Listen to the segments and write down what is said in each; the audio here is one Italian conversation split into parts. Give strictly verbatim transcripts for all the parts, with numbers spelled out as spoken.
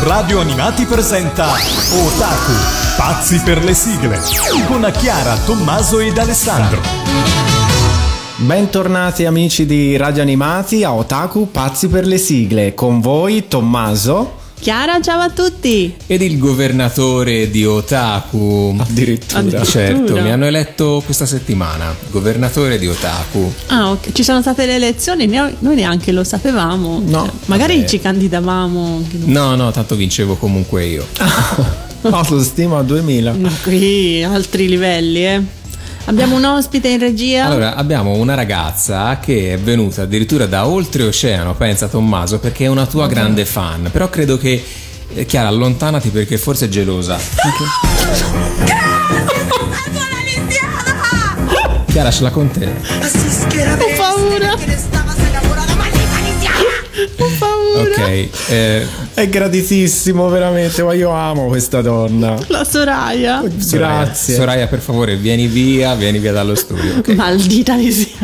Radio Animati presenta Otaku, pazzi per le sigle, con Chiara, Tommaso ed Alessandro. Bentornati amici di Radio Animati a Otaku, pazzi per le sigle. Con voi Tommaso, Chiara, ciao a tutti. Ed il governatore di Otaku. Addirittura. Addirittura. Certo, mi hanno eletto questa settimana governatore di Otaku. Ah, ok. Ci sono state le elezioni, noi neanche lo sapevamo. No, Cioè, magari vabbè. ci candidavamo. No, no, tanto vincevo comunque io. Autostima a duemila. No, qui altri livelli, eh. Abbiamo un ospite in regia. Allora, abbiamo una ragazza che è venuta addirittura da oltreoceano, pensa Tommaso, perché è una tua grande fan. Però credo che eh, Chiara, allontanati perché forse è gelosa. Chiara, ce l'ha con te. Ho paura. Ho paura. Ok, eh, È graditissimo, veramente, ma io amo questa donna. La Soraya. Soraya, Grazie. Soraya, per favore, vieni via, vieni via dallo studio. ok? Maldita Lisiada.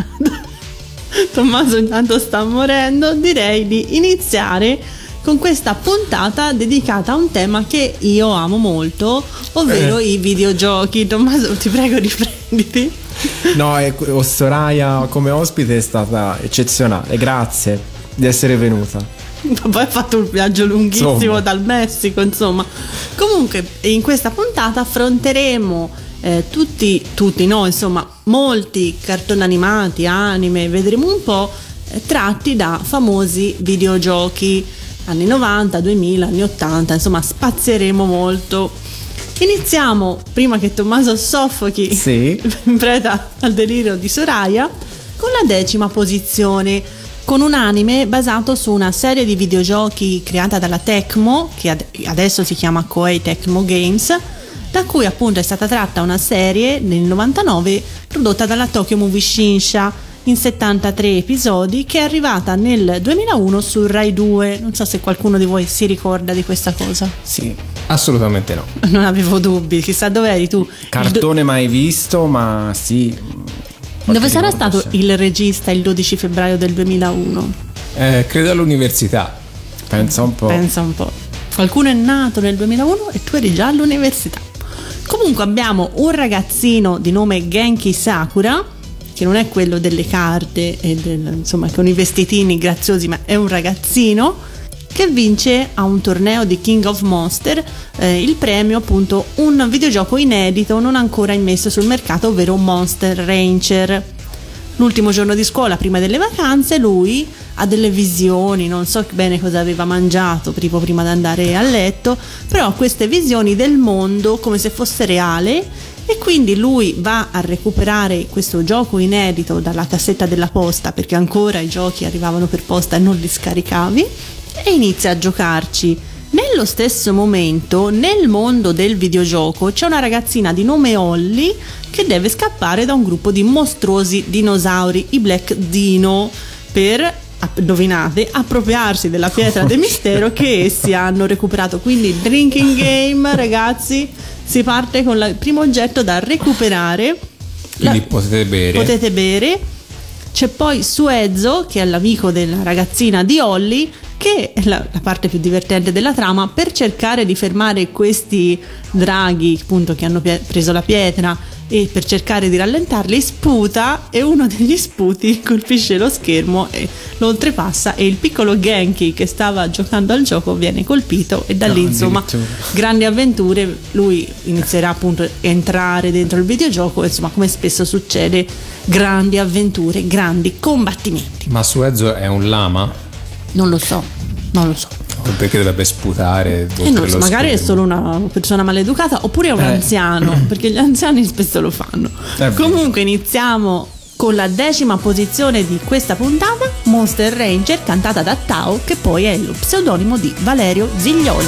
Tommaso intanto sta morendo. Direi di iniziare con questa puntata dedicata a un tema che io amo molto, ovvero Eh. i videogiochi. Tommaso, ti prego, riprenditi. No, e oh, Soraya come ospite è stata eccezionale. Grazie di essere venuta. Poi ha fatto un viaggio lunghissimo Insomma. dal Messico, insomma. Comunque in questa puntata affronteremo eh, tutti, tutti no, insomma, molti cartoni animati, anime, vedremo un po' eh, tratti da famosi videogiochi anni novanta, duemila, anni ottanta, insomma, spazieremo molto. Iniziamo, prima che Tommaso soffochi Sì. in preda al delirio di Soraya, con la decima posizione, con un anime basato su una serie di videogiochi creata dalla Tecmo, che ad- adesso si chiama Koei Tecmo Games, da cui appunto è stata tratta una serie nel novantanove prodotta dalla Tokyo Movie Shinsha in settantatré episodi, che è arrivata nel duemilauno su Rai due. Non so se qualcuno di voi si ricorda di questa cosa. Sì. Assolutamente no. Non avevo dubbi, chissà dove eri tu. Cartone mai visto, ma sì. Dove Qualche sarà ricordo stato c'è. il regista il dodici febbraio del duemilauno? Eh, credo all'università. Pensa un po'. Pensa un po'. Qualcuno è nato nel duemilauno e tu eri già all'università. Comunque abbiamo un ragazzino di nome Genki Sakura, che non è quello delle carte e del, insomma, con i vestitini graziosi, ma è un ragazzino che vince a un torneo di King of Monster eh, il premio, appunto, un videogioco inedito non ancora immesso sul mercato, ovvero Monster Rancher. L'ultimo giorno di scuola prima delle vacanze lui ha delle visioni, non so bene cosa aveva mangiato tipo prima di andare a letto, però ha queste visioni del mondo come se fosse reale, e quindi lui va a recuperare questo gioco inedito dalla cassetta della posta, perché ancora i giochi arrivavano per posta e non li scaricavi, e inizia a giocarci. Nello stesso momento, nel mondo del videogioco c'è una ragazzina di nome Holly che deve scappare da un gruppo di mostruosi dinosauri, i Black Dino, per, indovinate, appropriarsi della pietra del mistero che essi hanno recuperato. Quindi drinking game, ragazzi, si parte con la- il primo oggetto da recuperare. Quindi La- potete bere. potete bere. C'è poi Suezo, che è l'amico della ragazzina di Holly, che è la, la parte più divertente della trama. Per cercare di fermare questi draghi, appunto, che hanno pie- preso la pietra, e per cercare di rallentarli sputa, e uno degli sputi colpisce lo schermo e lo oltrepassa, e il piccolo Genki che stava giocando al gioco viene colpito, e da lì No, insomma addirittura. grandi avventure. Lui inizierà appunto a entrare dentro il videogioco, e insomma, come spesso succede, grandi avventure, grandi combattimenti. Ma Suezo è un lama? Non lo so, non lo so. Perché dovrebbe sputare? E non lo so, magari è solo una persona maleducata, oppure è un Eh. anziano, perché gli anziani spesso lo fanno. vero. Comunque iniziamo con la decima posizione di questa puntata, Monster Ranger, cantata da Tao, che poi è lo pseudonimo di Valerio Ziglioli.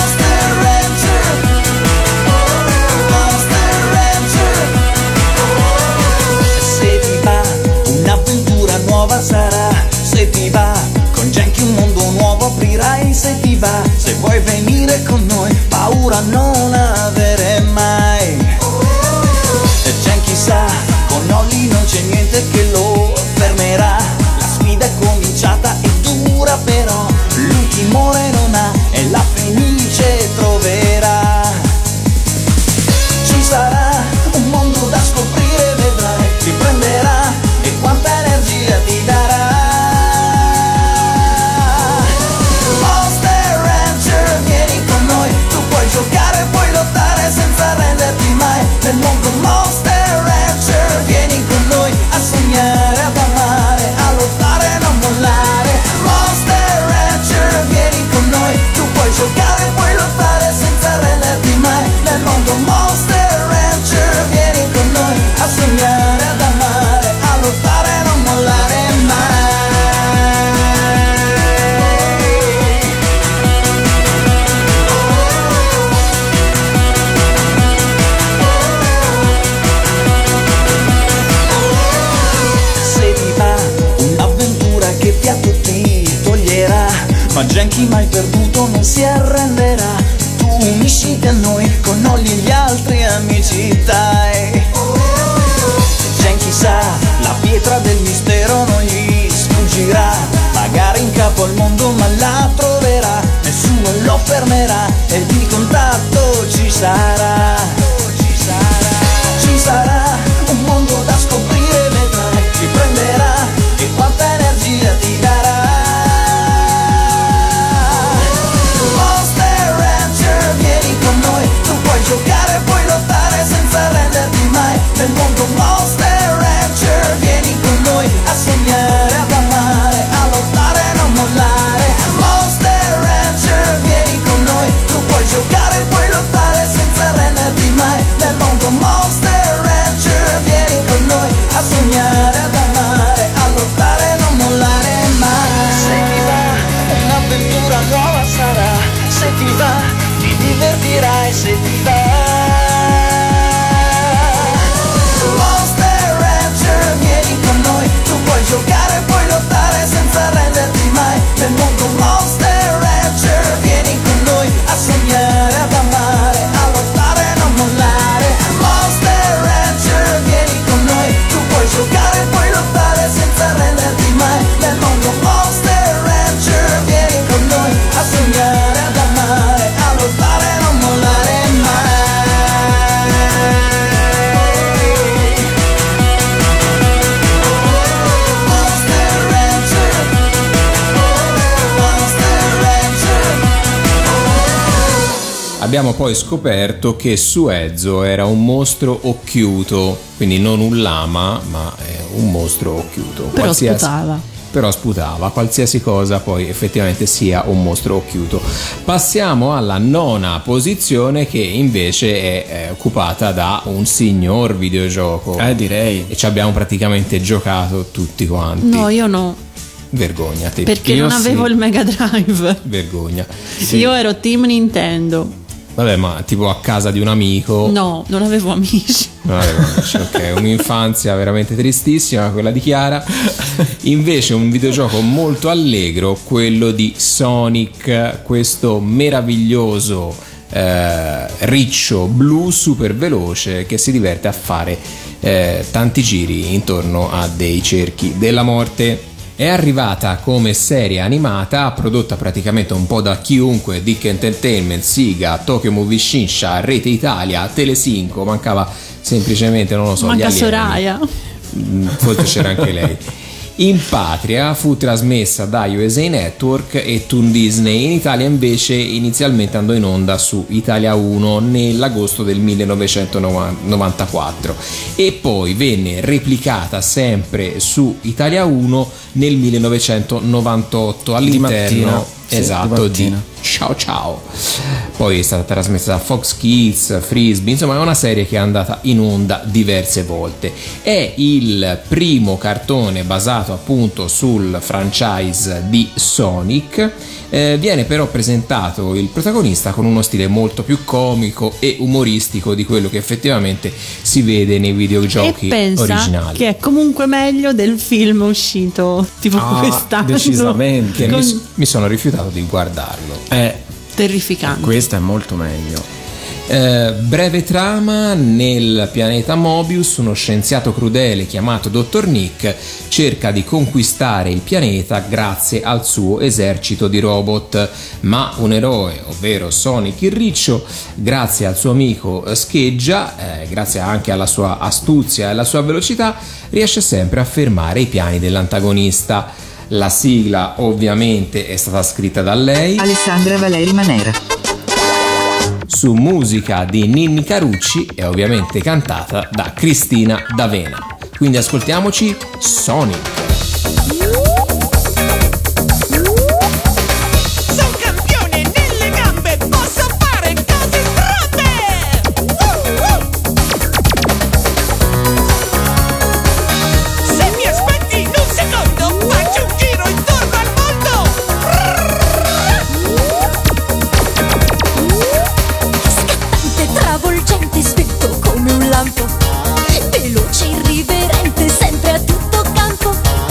Se ti va, un'avventura nuova sarà. Se ti va, con Genki un mondo nuovo aprirai. Se ti va, se vuoi venire con noi, paura non avere mai. E Genki sa, con Holly non c'è niente che lo fermerà. La sfida è cominciata e dura, però lui timore non ha, e la finisce Genki mai perduto non si arrenderà. Tu unisciti a noi, conogli gli altri amici, dai. Genki sa, la pietra del mistero non gli sfuggirà. Magari in capo al mondo ma la troverà. Nessuno lo fermerà ed il contatto ci sarà. Ci sarà un mondo da scoprire, vedrai, ti prenderà e quanta energia ti darà. Monster Rancher, vieni con noi, tu puoi giocare, puoi lottare senza renderti mai. Nel mondo Monster Rancher, vieni con noi a sognare, ad amare, a lottare e non mollare. Monster Rancher, vieni con noi, tu puoi giocare, puoi lottare senza renderti mai. Nel mondo Monster Rancher, vieni con noi a sognare, ad amare, a lottare e non mollare mai. Se ti va, un'avventura nuova sarà. Se ti va, ti divertirai. Se ti va, Monster Rancher, vieni con noi, tu puoi giocare, puoi lottare senza renderti mai. Nel mondo Monster Rancher, vieni con noi a sognare, ad amare, a lottare e non mollare. Monster Rancher, vieni con noi, tu puoi giocare, puoi lottare senza renderti mai. Nel mondo Monster Rancher, vieni con noi a sognare, ad amare, a lottare e non mollare mai. Monster Rancher, Monster Rancher. Abbiamo poi scoperto che Suezzo era un mostro occhiuto, quindi non un lama, ma è un mostro occhiuto. Però Qualsiasi- sputava. Però sputava, qualsiasi cosa poi effettivamente sia un mostro occhiuto. Passiamo alla nona posizione, che invece è, è occupata da un signor videogioco. Eh, direi. E ci abbiamo praticamente giocato tutti quanti. No, io no, Vergognati. perché Io non avevo sì. il Mega Drive. Vergogna. Io ero team Nintendo. Vabbè, ma tipo a casa di un amico. No, non avevo amici. Non avevo amici, ok, un'infanzia veramente tristissima quella di Chiara. Invece un videogioco molto allegro, quello di Sonic, questo meraviglioso eh, riccio blu super veloce che si diverte a fare eh, tanti giri intorno a dei cerchi della morte. È arrivata come serie animata, prodotta praticamente un po' da chiunque, Dick Entertainment, Siga, Tokyo Movie Shinsha, Rete Italia, Telecinco, mancava semplicemente, non lo so, Manca gli alieni. Soraya. Mm, forse c'era anche lei. In patria fu trasmessa da U S A Network e Toon Disney. In Italia invece inizialmente andò in onda su Italia uno nell'agosto del millenovecentonovantaquattro e poi venne replicata sempre su Italia uno nel millenovecentonovantotto all'interno mattina. Sì, esatto di di mattina. Ciao Ciao. Poi è stata trasmessa da Fox Kids, Frisbee, insomma è una serie che è andata in onda diverse volte. È il primo cartone basato appunto sul franchise di Sonic. Eh, viene però presentato il protagonista con uno stile molto più comico e umoristico di quello che effettivamente si vede nei videogiochi E pensa originali. che è comunque meglio del film uscito tipo Ah, quest'anno. decisamente. Che Con- mi, mi sono rifiutato di guardarlo. Eh, Terrificante. questa è molto meglio. Eh, breve trama: nel pianeta Mobius uno scienziato crudele chiamato dottor Nick cerca di conquistare il pianeta grazie al suo esercito di robot, ma un eroe, ovvero Sonic il Riccio, grazie al suo amico Scheggia, eh, grazie anche alla sua astuzia e alla sua velocità, riesce sempre a fermare i piani dell'antagonista. La sigla ovviamente è stata scritta da lei Alessandra Valeri Manera. su musica di Ninni Carucci e ovviamente cantata da Cristina D'Avena. Quindi ascoltiamoci Sonic. Sono campione nelle gambe, posso fare cose stronde! Uh, uh! Se mi aspetti in un secondo, faccio un giro intorno al mondo! Scattante, travolgente, svelto come un lampo, veloce, irriverente, sempre a tutto campo.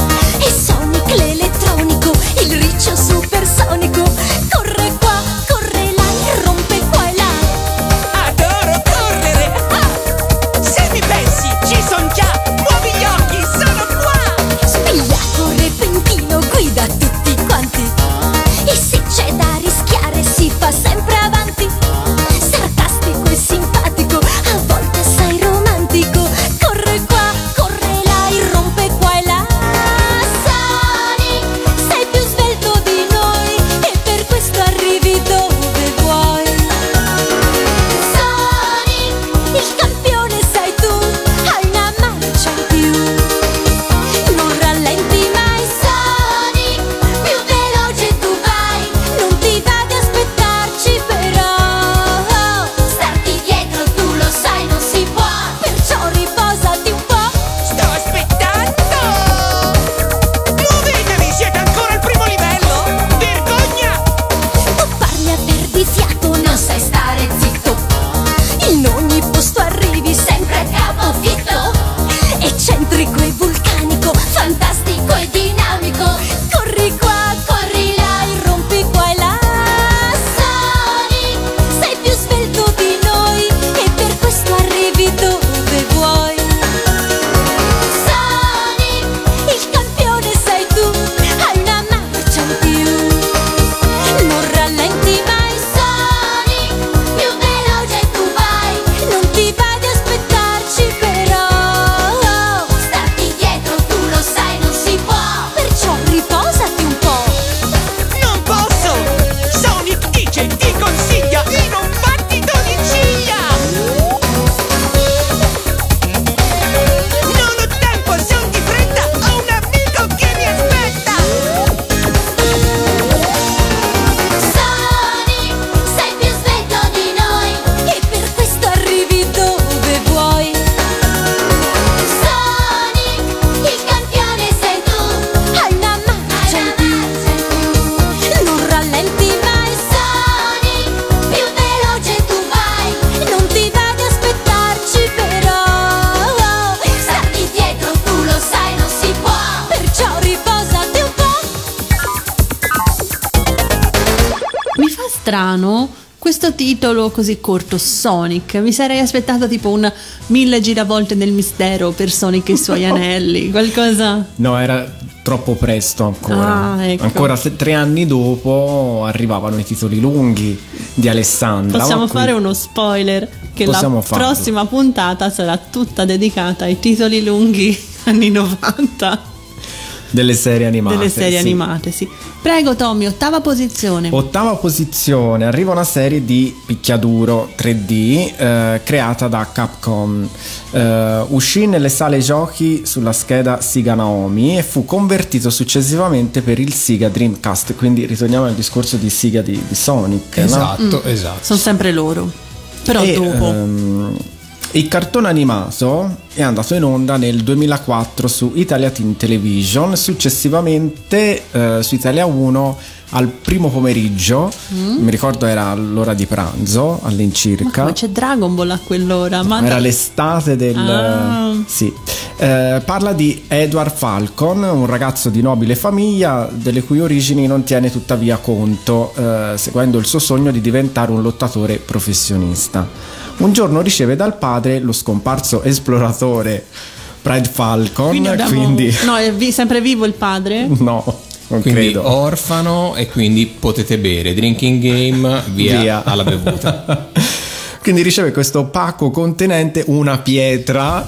strano questo titolo così corto, Sonic. Mi sarei aspettato tipo un mille giravolte nel mistero per Sonic e i suoi anelli, qualcosa. No, era troppo presto ancora. Ah, ecco. Ancora se- tre anni dopo arrivavano i titoli lunghi di Alessandra. Possiamo ma qui- fare uno spoiler che la Possiamo farlo. prossima puntata sarà tutta dedicata ai titoli lunghi anni novanta delle serie animate. delle serie sì. animate, sì. Prego Tommy, ottava posizione. Ottava posizione, arriva una serie di picchiaduro tre D eh, creata da Capcom. Eh, uscì nelle sale giochi sulla scheda Sega Naomi e fu convertito successivamente per il Sega Dreamcast. Quindi ritorniamo al discorso di Sega di, di Sonic. no? Esatto, esatto. Sono sempre loro. Però E, dopo. ehm, il cartone animato è andato in onda nel duemilaquattro su Italia Teen Television, successivamente eh, su Italia uno al primo pomeriggio, mi ricordo era l'ora di pranzo Ma all'incirca. come c'è Dragon Ball a quell'ora? Ma Era dai. l'estate del... Ah. Sì. Eh, parla di Edward Falcon, un ragazzo di nobile famiglia delle cui origini non tiene tuttavia conto, eh, seguendo il suo sogno di diventare un lottatore professionista. Un giorno riceve dal padre lo scomparso esploratore Pride Falcon, Quindi quindi, abbiamo- No, è vi- sempre vivo il padre? no, non Quindi credo. orfano e quindi potete bere, drinking game, via, Via. alla bevuta. Quindi riceve questo pacco contenente una pietra.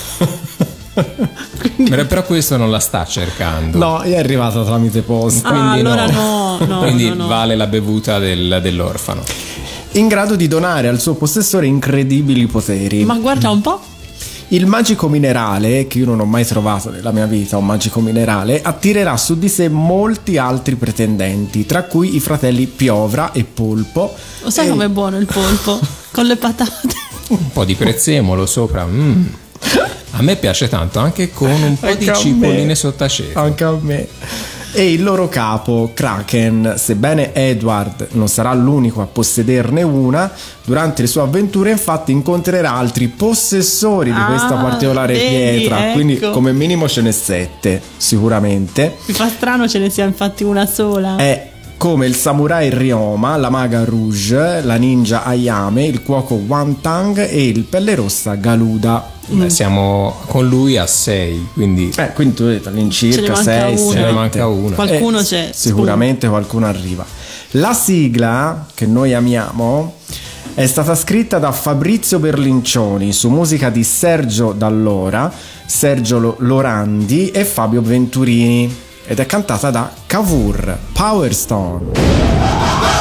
Però però questo non la sta cercando. No, è arrivata tramite posta. Ah, Quindi allora no. no, no, Quindi no, no. vale la bevuta del- dell'orfano. In grado di donare al suo possessore incredibili poteri. Ma guarda un po'. Il magico minerale, che io non ho mai trovato nella mia vita, un magico minerale, attirerà su di sé molti altri pretendenti, tra cui i fratelli Piovra e Polpo. Lo sai E- com'è buono il polpo? Con le patate. Un po' di prezzemolo sopra. mm. A me piace tanto, anche con un po' Anche di a cipolline me. sott'aceto. Anche a me. E il loro capo, Kraken, sebbene Edward non sarà l'unico a possederne una, durante le sue avventure infatti incontrerà altri possessori di Ah, questa particolare vedi, pietra, ecco. quindi come minimo ce ne sette, sicuramente. Mi fa strano ce ne sia infatti una sola. È come il samurai Ryoma, la maga Rouge, la ninja Ayame, il cuoco Wantang e il pelle rossa Galuda. Beh, siamo con lui a sei, quindi Eh, quindi tu hai detto Ce ne all'incirca manca sei, uno. se sette. ne manca una. Qualcuno Eh, c'è. Sicuramente qualcuno arriva. La sigla che noi amiamo è stata scritta da Fabrizio Berlincioni su musica di Sergio Dall'Ora, Sergio Lo- Lorandi e Fabio Venturini ed è cantata da Cavour, Power Stone.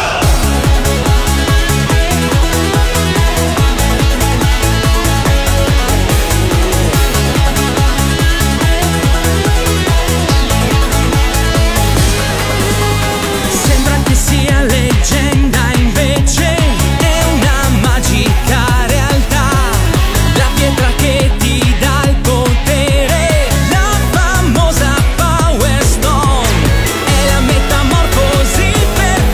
Sembra che sia leggenda, invece è una magica realtà. La pietra che ti dà il potere, la famosa Power Stone, è la metamorfosi perfetta.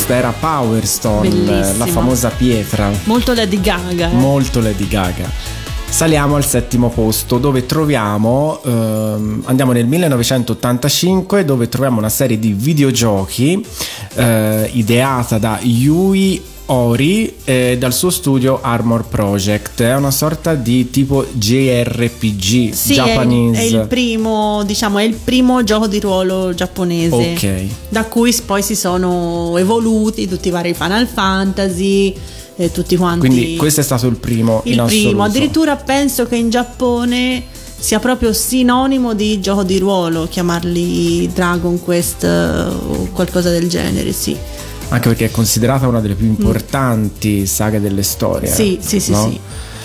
questa era Power Stone, Bellissima. la famosa pietra, Molto Lady Gaga. Eh. molto Lady Gaga. Saliamo al settimo posto dove troviamo, ehm, andiamo nel millenovecentottantacinque, dove troviamo una serie di videogiochi eh, ideata da Yui Ori eh, dal suo studio Armor Project. È una sorta di tipo J R P G Sì, Japanese. è, è il primo, diciamo, è il primo gioco di ruolo giapponese. Ok. Da cui poi si sono evoluti tutti i vari Final Fantasy, eh, tutti quanti. Quindi questo è stato il primo il in primo, assoluto. addirittura penso che in Giappone sia proprio sinonimo di gioco di ruolo chiamarli Dragon Quest eh, o qualcosa del genere, sì. Anche perché è considerata una delle più importanti saghe delle storie. Sì, sì, sì, no? sì.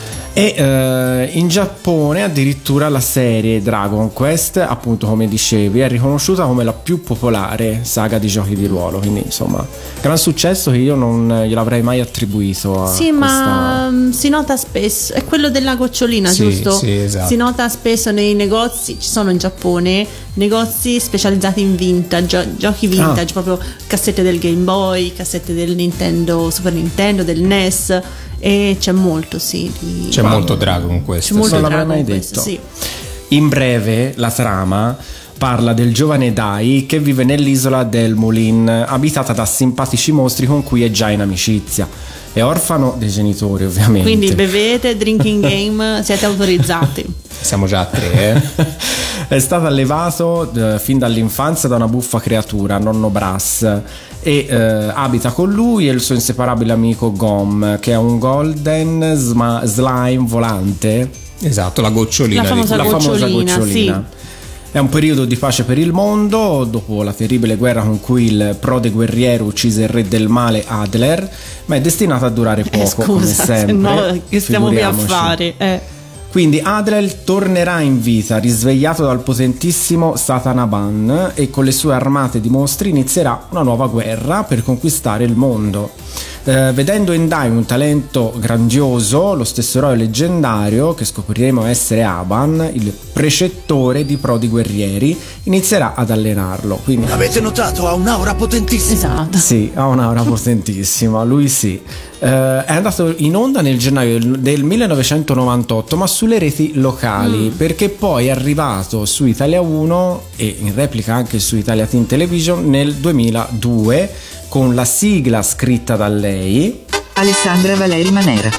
E eh, in Giappone addirittura la serie Dragon Quest, appunto come dicevi, è riconosciuta come la più popolare saga di giochi di ruolo. Quindi insomma, gran successo che io non gliel'avrei mai attribuito a Sì, questa... ma um, si nota spesso, è quello della gocciolina, Sì, giusto? sì, esatto. Si nota spesso nei negozi, ci sono in Giappone negozi specializzati in vintage, gio- giochi vintage, Ah. proprio cassette del Game Boy, cassette del Nintendo, Super Nintendo, del N E S, e c'è molto, sì. Di... C'è molto Dragon Quest. C'è molto Non l'avrei Dragon mai Quest, detto. sì. In breve, la trama parla del giovane Dai che vive nell'isola del Moulin, abitata da simpatici mostri con cui è già in amicizia. È orfano dei genitori, ovviamente. Quindi bevete, drinking game, siete autorizzati. Siamo già a tre, eh? È stato allevato eh, fin dall'infanzia da una buffa creatura, nonno Brass, e eh, abita con lui e il suo inseparabile amico Gom, che è un golden sma- slime volante. Esatto, la gocciolina La di famosa La famosa gocciolina, gocciolina. È un periodo di pace per il mondo dopo la terribile guerra con cui il prode guerriero uccise il re del male Adler, ma è destinato a durare poco, Eh, scusa, come sempre. se no che stiamo qui a Figuriamoci. fare? Eh. Quindi Adler tornerà in vita, risvegliato dal potentissimo Satanaban, e con le sue armate di mostri inizierà una nuova guerra per conquistare il mondo. Eh, vedendo in Dai un talento grandioso, lo stesso eroe leggendario, che scopriremo essere Aban, il precettore di prodi guerrieri, inizierà ad allenarlo. Quindi Avete notato? Ha un'aura potentissima. Esatto. sì, ha un'aura potentissima, lui sì. Eh, è andato in onda nel gennaio del millenovecentonovantotto, ma sulle reti locali, perché poi è arrivato su Italia uno e in replica anche su Italia Teen Television nel duemiladue con la sigla scritta da lei, Alessandra Valeri Manera.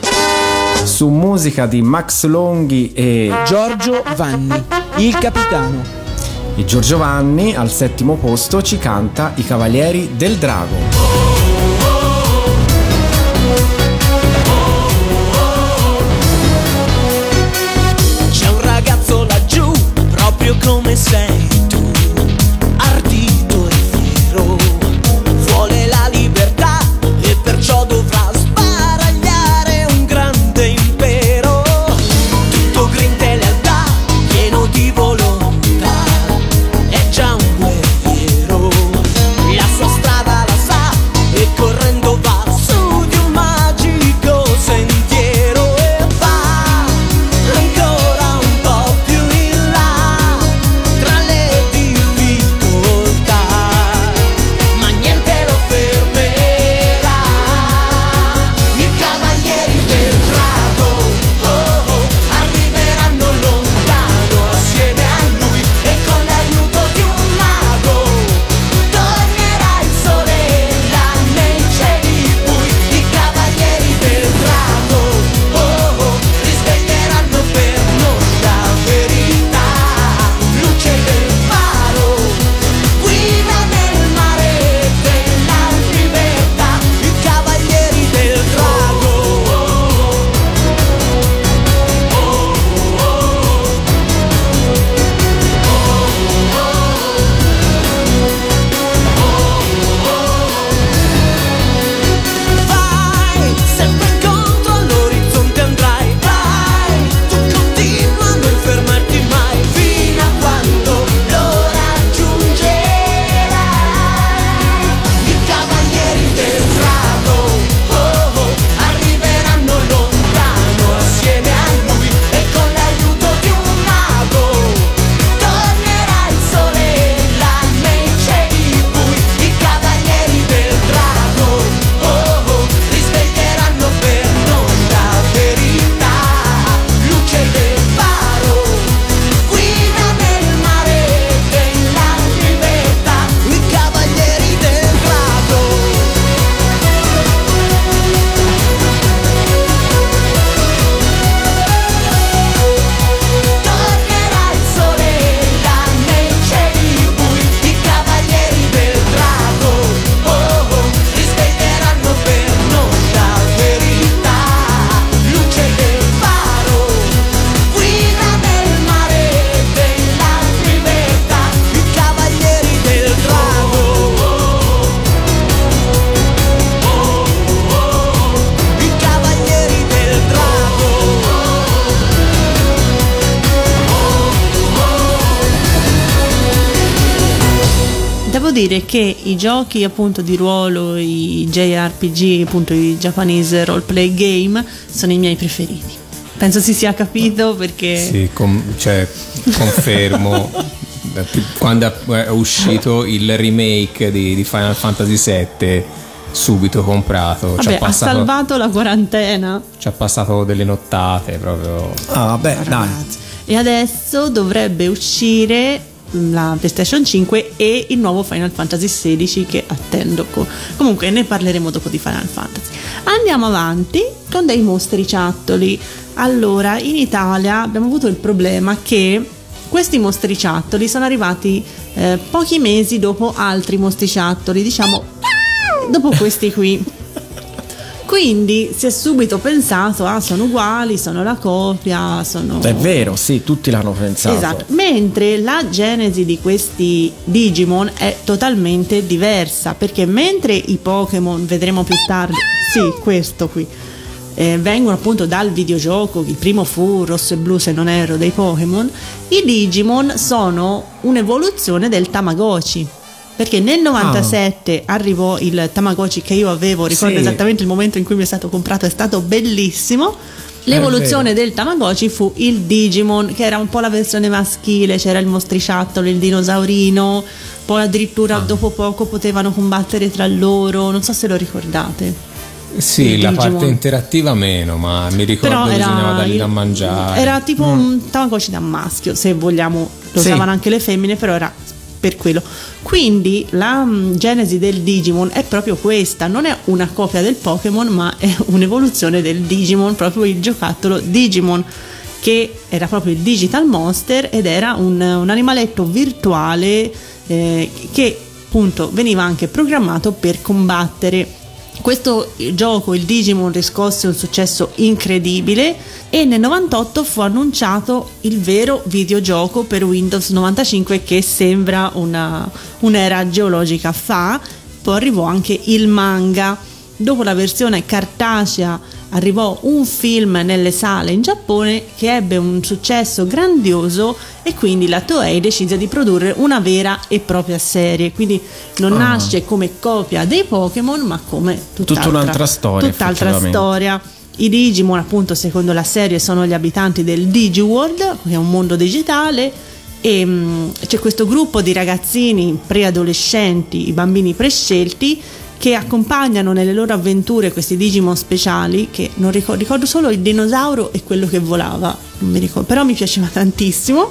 su musica di Max Longhi e, Giorgio Vanni, il capitano. e Giorgio Vanni. Al settimo posto ci canta I Cavalieri del Drago. C'è un ragazzo laggiù, proprio come sei tu, ardito e fiero, vuole la libertà e perciò dovrà sbaragliare un grande impero. Tutto grinta e lealtà, pieno di volontà, è già un guerriero, la sua strada la sa, dire che i giochi appunto di ruolo, i J R P G, appunto i Japanese Role Play Game, sono i miei preferiti. Penso si sia capito perché... Sì, com- cioè, confermo. Quando è uscito il remake di, di Final Fantasy sette, subito comprato. Vabbè, ci ha, passato, ha salvato la quarantena. Ci ha passato delle nottate proprio. Ah, vabbè, dai. E adesso dovrebbe uscire la PlayStation cinque e il nuovo Final Fantasy sedici che attendo. Comunque ne parleremo dopo di Final Fantasy. Andiamo avanti con dei mostriciattoli. Allora, in Italia abbiamo avuto il problema che questi mostriciattoli sono arrivati eh, pochi mesi dopo altri mostriciattoli, diciamo dopo questi qui. Quindi si è subito pensato, ah, sono uguali, sono la copia, sono... È vero, sì, tutti l'hanno pensato. Esatto, mentre la genesi di questi Digimon è totalmente diversa, perché mentre i Pokémon, vedremo più tardi, sì, questo qui, eh, vengono appunto dal videogioco, il primo fu Rosso e Blu se non erro dei Pokémon, i Digimon sono un'evoluzione del Tamagotchi. Perché nel novantasette ah. arrivò il Tamagotchi che io avevo, ricordo sì. esattamente il momento in cui mi è stato comprato, è stato bellissimo. L'evoluzione del Tamagotchi fu il Digimon, che era un po' la versione maschile, c'era il mostriciattolo, il dinosaurino, poi addirittura ah. dopo poco potevano combattere tra loro, non so se lo ricordate. Sì, la Digimon. Parte interattiva meno, ma mi ricordo che bisognava dargli da mangiare. Era tipo mm. un Tamagotchi da maschio, se vogliamo, lo sì. usavano anche le femmine, però era per quello. Quindi la um, genesi del Digimon è proprio questa, non è una copia del Pokémon, ma è un'evoluzione del Digimon, proprio il giocattolo Digimon, che era proprio il Digital Monster ed era un, un animaletto virtuale eh, che appunto veniva anche programmato per combattere. Questo gioco, il Digimon, riscosse un successo incredibile e nel novantotto fu annunciato il vero videogioco per Windows novantacinque, che sembra una, un'era geologica fa. Poi arrivò anche il manga. Dopo la versione cartacea arrivò un film nelle sale in Giappone che ebbe un successo grandioso e quindi la Toei decise di produrre una vera e propria serie. Quindi non ah. nasce come copia dei Pokémon, ma come tutt'altra, tutta un'altra storia. Tutt'altra storia. I Digimon, appunto, secondo la serie, sono gli abitanti del Digiworld, che è un mondo digitale, e mh, c'è questo gruppo di ragazzini preadolescenti, i bambini prescelti, che accompagnano nelle loro avventure questi Digimon speciali, che non ricordo, ricordo solo il dinosauro e quello che volava, non mi ricordo, però mi piaceva tantissimo.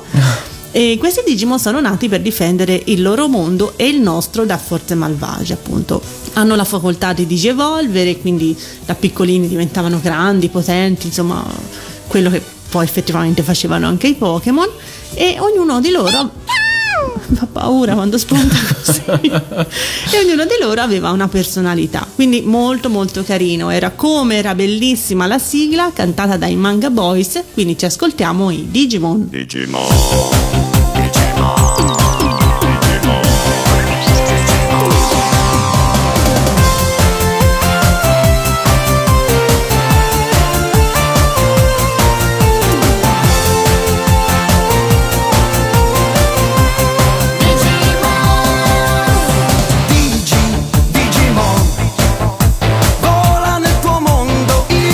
E questi Digimon sono nati per difendere il loro mondo e il nostro da forze malvagie, appunto. Hanno la facoltà di digievolvere, quindi da piccolini diventavano grandi, potenti, insomma quello che poi effettivamente facevano anche i Pokémon, e ognuno di loro fa paura quando spunta così e ognuno di loro aveva una personalità, quindi molto molto carino. Era come era bellissima la sigla cantata dai Manga Boys, quindi ci ascoltiamo i Digimon. Digimon, Digimon.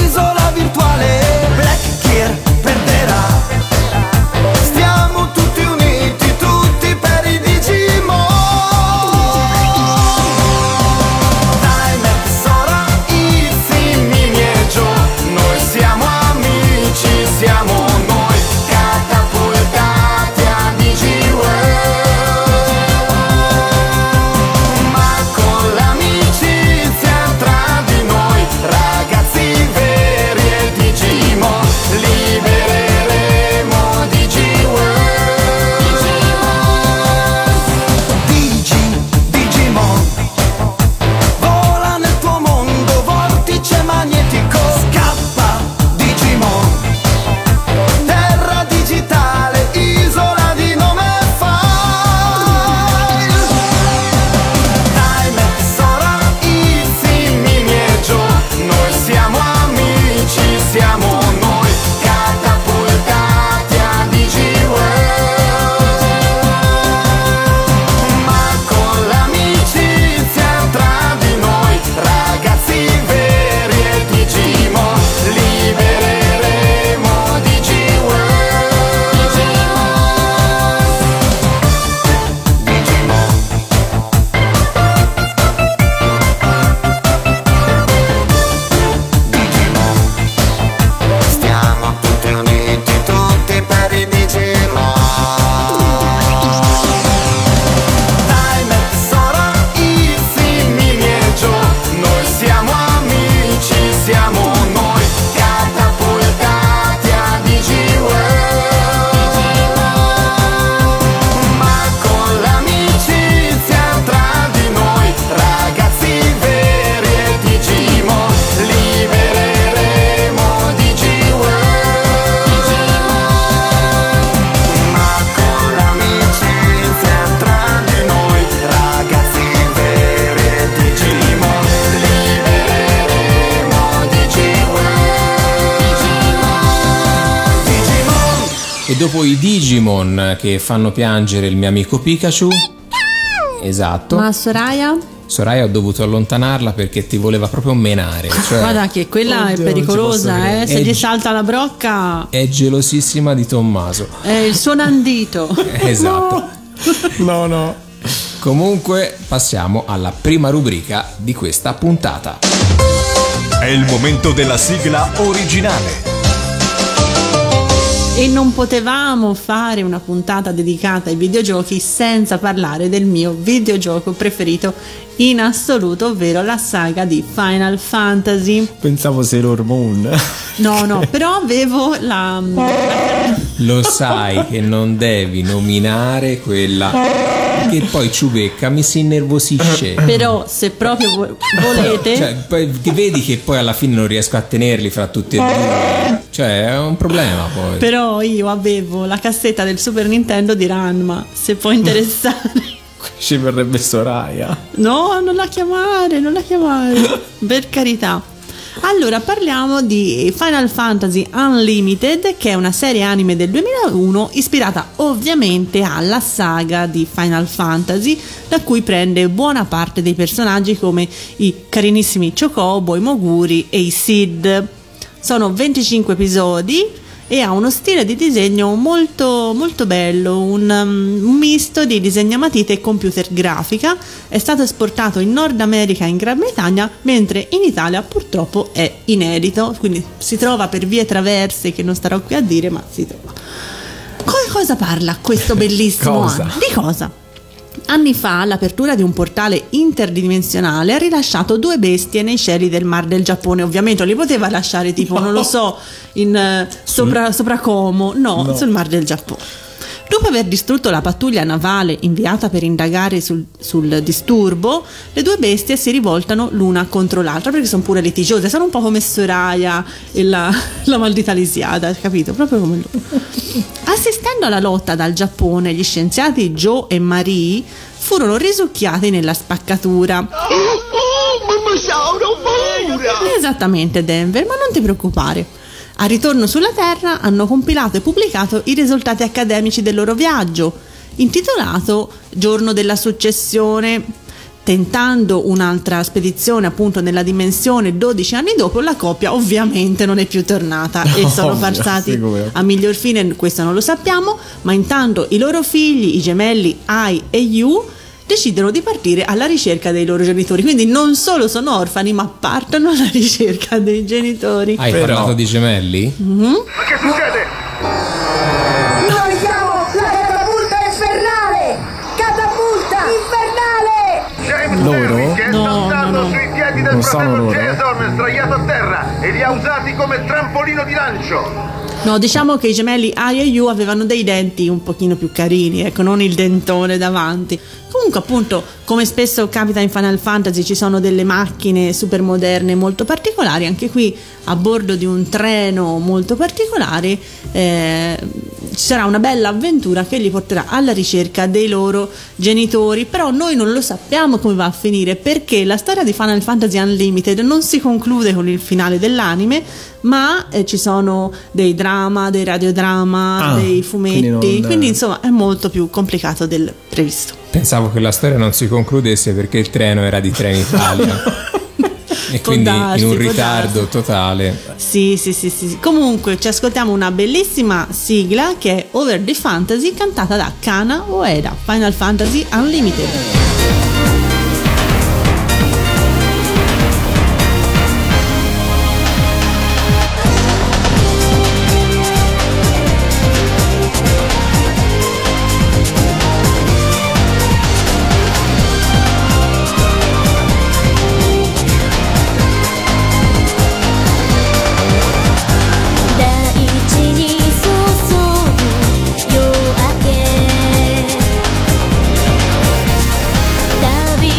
Stiamo tutti dopo i Digimon che fanno piangere il mio amico Pikachu. Esatto. Ma Soraya? Soraya ho dovuto allontanarla perché ti voleva proprio menare. Cioè, guarda che quella Oddio, è pericolosa, eh? Se È gli ge- salta la brocca è gelosissima di Tommaso. è il suo nandito. Esatto. No, no. Comunque passiamo alla prima rubrica di questa puntata. È il momento della sigla originale. E non potevamo fare una puntata dedicata ai videogiochi senza parlare del mio videogioco preferito in assoluto, ovvero la saga di Final Fantasy. Pensavo Sailor Moon. No, no, però avevo la... Lo sai che non devi nominare quella che poi Ciubecca mi si innervosisce. Però se proprio vo- volete... Cioè, poi ti vedi che poi alla fine non riesco a tenerli fra tutti e due. Cioè, è un problema poi. Però io avevo la cassetta del Super Nintendo di Ranma, se può interessare. Ci verrebbe Soraya. No, non la chiamare, non la chiamare. Per carità. Allora, parliamo di Final Fantasy Unlimited, che è una serie anime del duemilauno ispirata ovviamente alla saga di Final Fantasy, da cui prende buona parte dei personaggi come i carinissimi Chocobo, i Moguri e i Sid. Sono venticinque episodi e ha uno stile di disegno molto molto bello, un, um, un misto di disegno a matita e computer grafica. È stato esportato in Nord America e in Gran Bretagna, mentre in Italia purtroppo è inedito, quindi si trova per vie traverse che non starò qui a dire, ma si trova. Come cosa parla questo bellissimo Cosa? anno? Di cosa? Anni fa l'apertura di un portale interdimensionale ha rilasciato due bestie nei cieli del Mar del Giappone. Ovviamente li poteva lasciare tipo, non lo so, in eh, sopra, sopra Como, no, No. sul Mar del Giappone. Dopo aver distrutto la pattuglia navale inviata per indagare sul, sul disturbo, le due bestie si rivoltano l'una contro l'altra perché sono pure litigiose, sono un po' come Soraya e la, la maldita Lisiada, capito? Proprio come loro. Assistendo alla lotta dal Giappone, gli scienziati Joe e Marie furono risucchiati nella spaccatura. Esattamente, Denver, ma non ti preoccupare. A ritorno sulla Terra hanno compilato e pubblicato i risultati accademici del loro viaggio, intitolato Giorno della Successione. Tentando un'altra spedizione appunto nella dimensione dodici anni dopo, la coppia ovviamente non è più tornata e sono Ovvio, passati sicuro. a miglior fine, questo non lo sappiamo, ma intanto i loro figli, i gemelli Ai e Yu, decidono di partire alla ricerca dei loro genitori, quindi non solo sono orfani ma partono alla ricerca dei genitori. Hai Però- parlato di gemelli? Mhm. Che succede? Noi siamo la catapulta infernale! Catapulta infernale! James Loro? Terry, che è No, saltato no, no. sui piedi del Non sono fratello loro? Jason, sdraiato a terra, e li ha usati come trampolino di lancio. No, diciamo che i gemelli Ai e Yu avevano dei denti un pochino più carini, ecco, non il dentone davanti. Comunque, appunto, come spesso capita in Final Fantasy, ci sono delle macchine super moderne molto particolari. Anche qui, a bordo di un treno molto particolare, eh, ci sarà una bella avventura che li porterà alla ricerca dei loro genitori. Però noi non lo sappiamo come va a finire, perché la storia di Final Fantasy Unlimited non si conclude con il finale dell'anime, ma eh, ci sono dei drama, dei radiodrama, Ah, dei fumetti, quindi non- quindi insomma è molto più complicato del previsto. Pensavo che la storia non si concludesse perché il treno era di Trenitalia. E Può quindi darsi, in un può ritardo darsi. totale. Sì, sì, sì, sì. Comunque ci ascoltiamo una bellissima sigla che è Over the Fantasy, cantata da Kana Ueda, Final Fantasy Unlimited. 「旅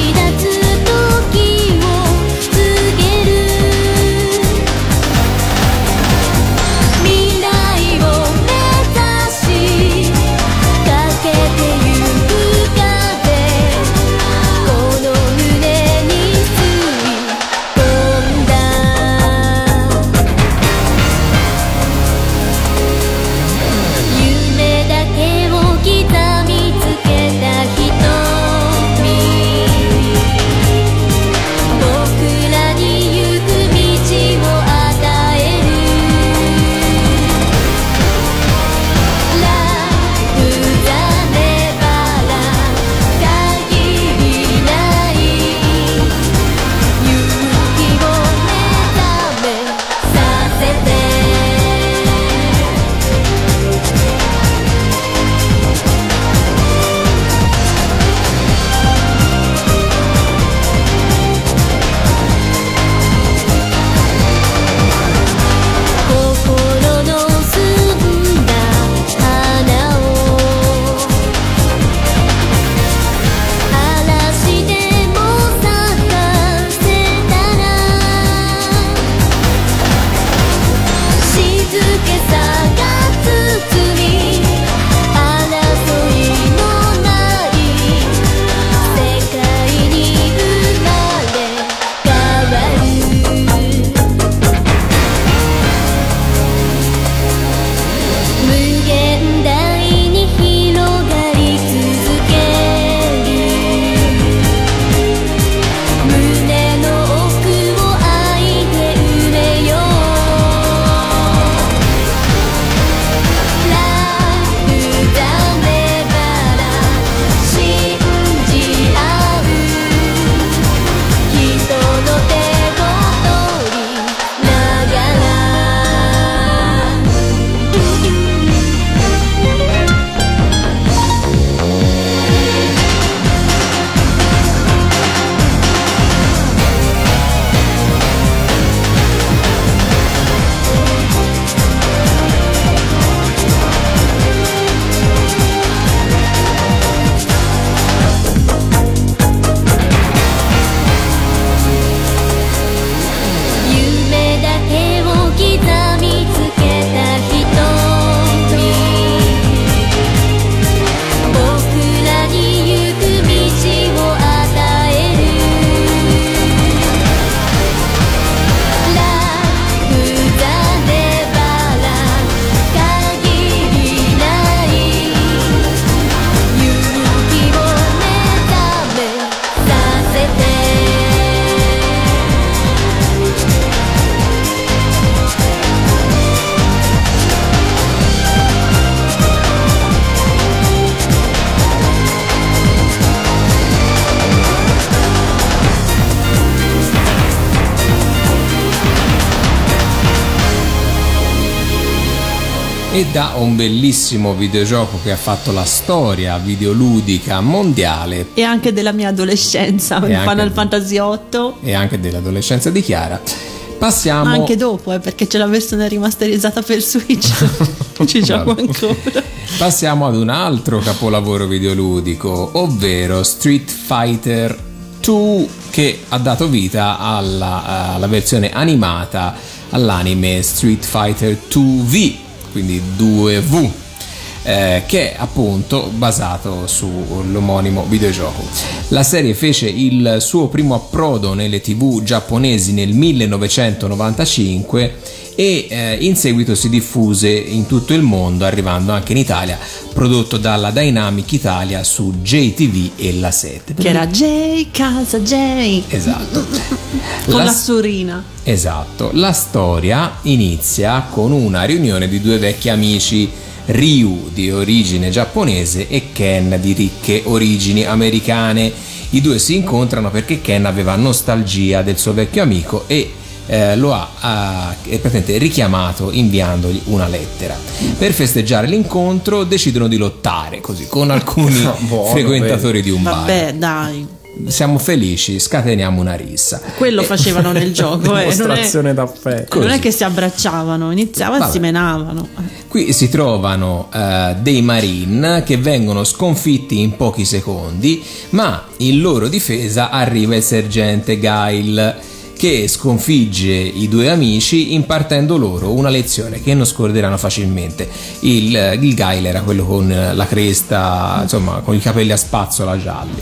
e da un bellissimo videogioco che ha fatto la storia videoludica mondiale e anche della mia adolescenza, E anche- Final Fantasy otto, e anche dell'adolescenza di Chiara. Passiamo ma anche dopo, eh, perché c'è la versione rimasterizzata per Switch. Ci gioco ancora. Passiamo ad un altro capolavoro videoludico, ovvero Street Fighter due, che ha dato vita alla, alla versione animata, all'anime Street Fighter due V, quindi due V, eh, che è appunto basato sull'omonimo videogioco. La serie fece il suo primo approdo nelle tivù giapponesi nel millenovecentonovantacinque e eh, in seguito si diffuse in tutto il mondo, arrivando anche in Italia, prodotto dalla Dynamic Italia su J T V e La sette. Che era Jay, casa Jay. Esatto. Con La la, s- surina. Esatto. La storia inizia con una riunione di due vecchi amici, Ryu di origine giapponese e Ken di ricche origini americane. I due si incontrano perché Ken aveva nostalgia del suo vecchio amico e Eh, lo ha, ha è praticamente richiamato inviandogli una lettera. Per festeggiare l'incontro decidono di lottare così con alcuni Buono, frequentatori di un bar. Vabbè, dai. Siamo felici, scateniamo una rissa. Quello E- facevano nel gioco, eh. non, è, Dimostrazione d'affetto. non è Così. che si abbracciavano, iniziavano e Vabbè. si menavano. Qui si trovano eh, dei Marine che vengono sconfitti in pochi secondi, ma in loro difesa arriva il sergente Guile, che sconfigge i due amici impartendo loro una lezione che non scorderanno facilmente. Il, il Guile era quello con la cresta, insomma, con i capelli a spazzola gialli.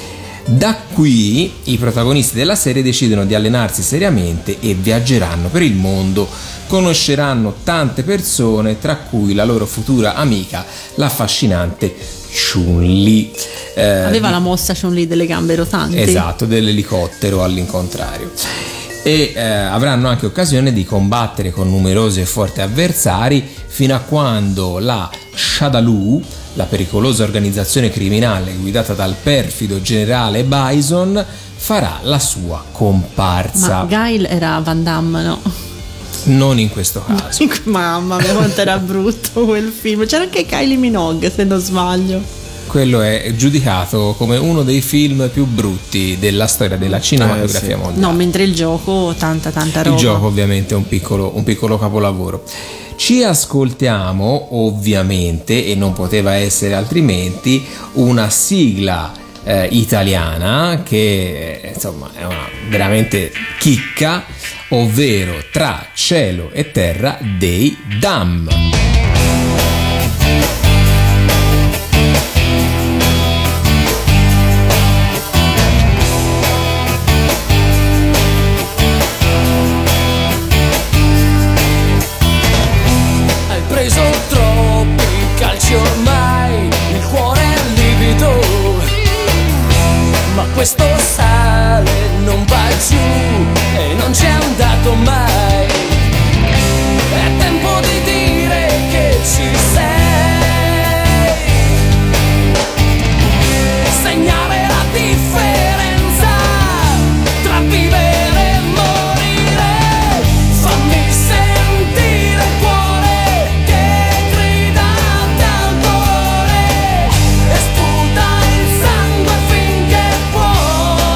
Da qui i protagonisti della serie decidono di allenarsi seriamente e viaggeranno per il mondo, conosceranno tante persone, tra cui la loro futura amica, l'affascinante Chun-Li. Eh, Aveva la mossa Chun-Li delle gambe rotanti. Esatto, dell'elicottero all'incontrario. E eh, avranno anche occasione di combattere con numerosi e forti avversari fino a quando la Shadaloo, la pericolosa organizzazione criminale guidata dal perfido generale Bison, farà la sua comparsa. Ma Guile era Van Damme, no? Non in questo caso. Mamma mia, quanto era brutto quel film. C'era anche Kylie Minogue, se non sbaglio. Quello è giudicato come uno dei film più brutti della storia della cinematografia Eh, sì. mondiale. No, mentre il gioco, tanta tanta roba. Il gioco ovviamente è un piccolo, un piccolo capolavoro. Ci ascoltiamo ovviamente, e non poteva essere altrimenti, una sigla eh, italiana che eh, insomma è una veramente chicca, ovvero Tra cielo e terra dei Dam. Hai preso troppi calci ormai, il cuore è livido, ma questo sale non va giù e non c'è andato mai. È tempo di dire che ci sei, segnare la differenza tra vivere e morire. Fammi sentire il cuore che grida dal dolore e sputa il sangue finché può.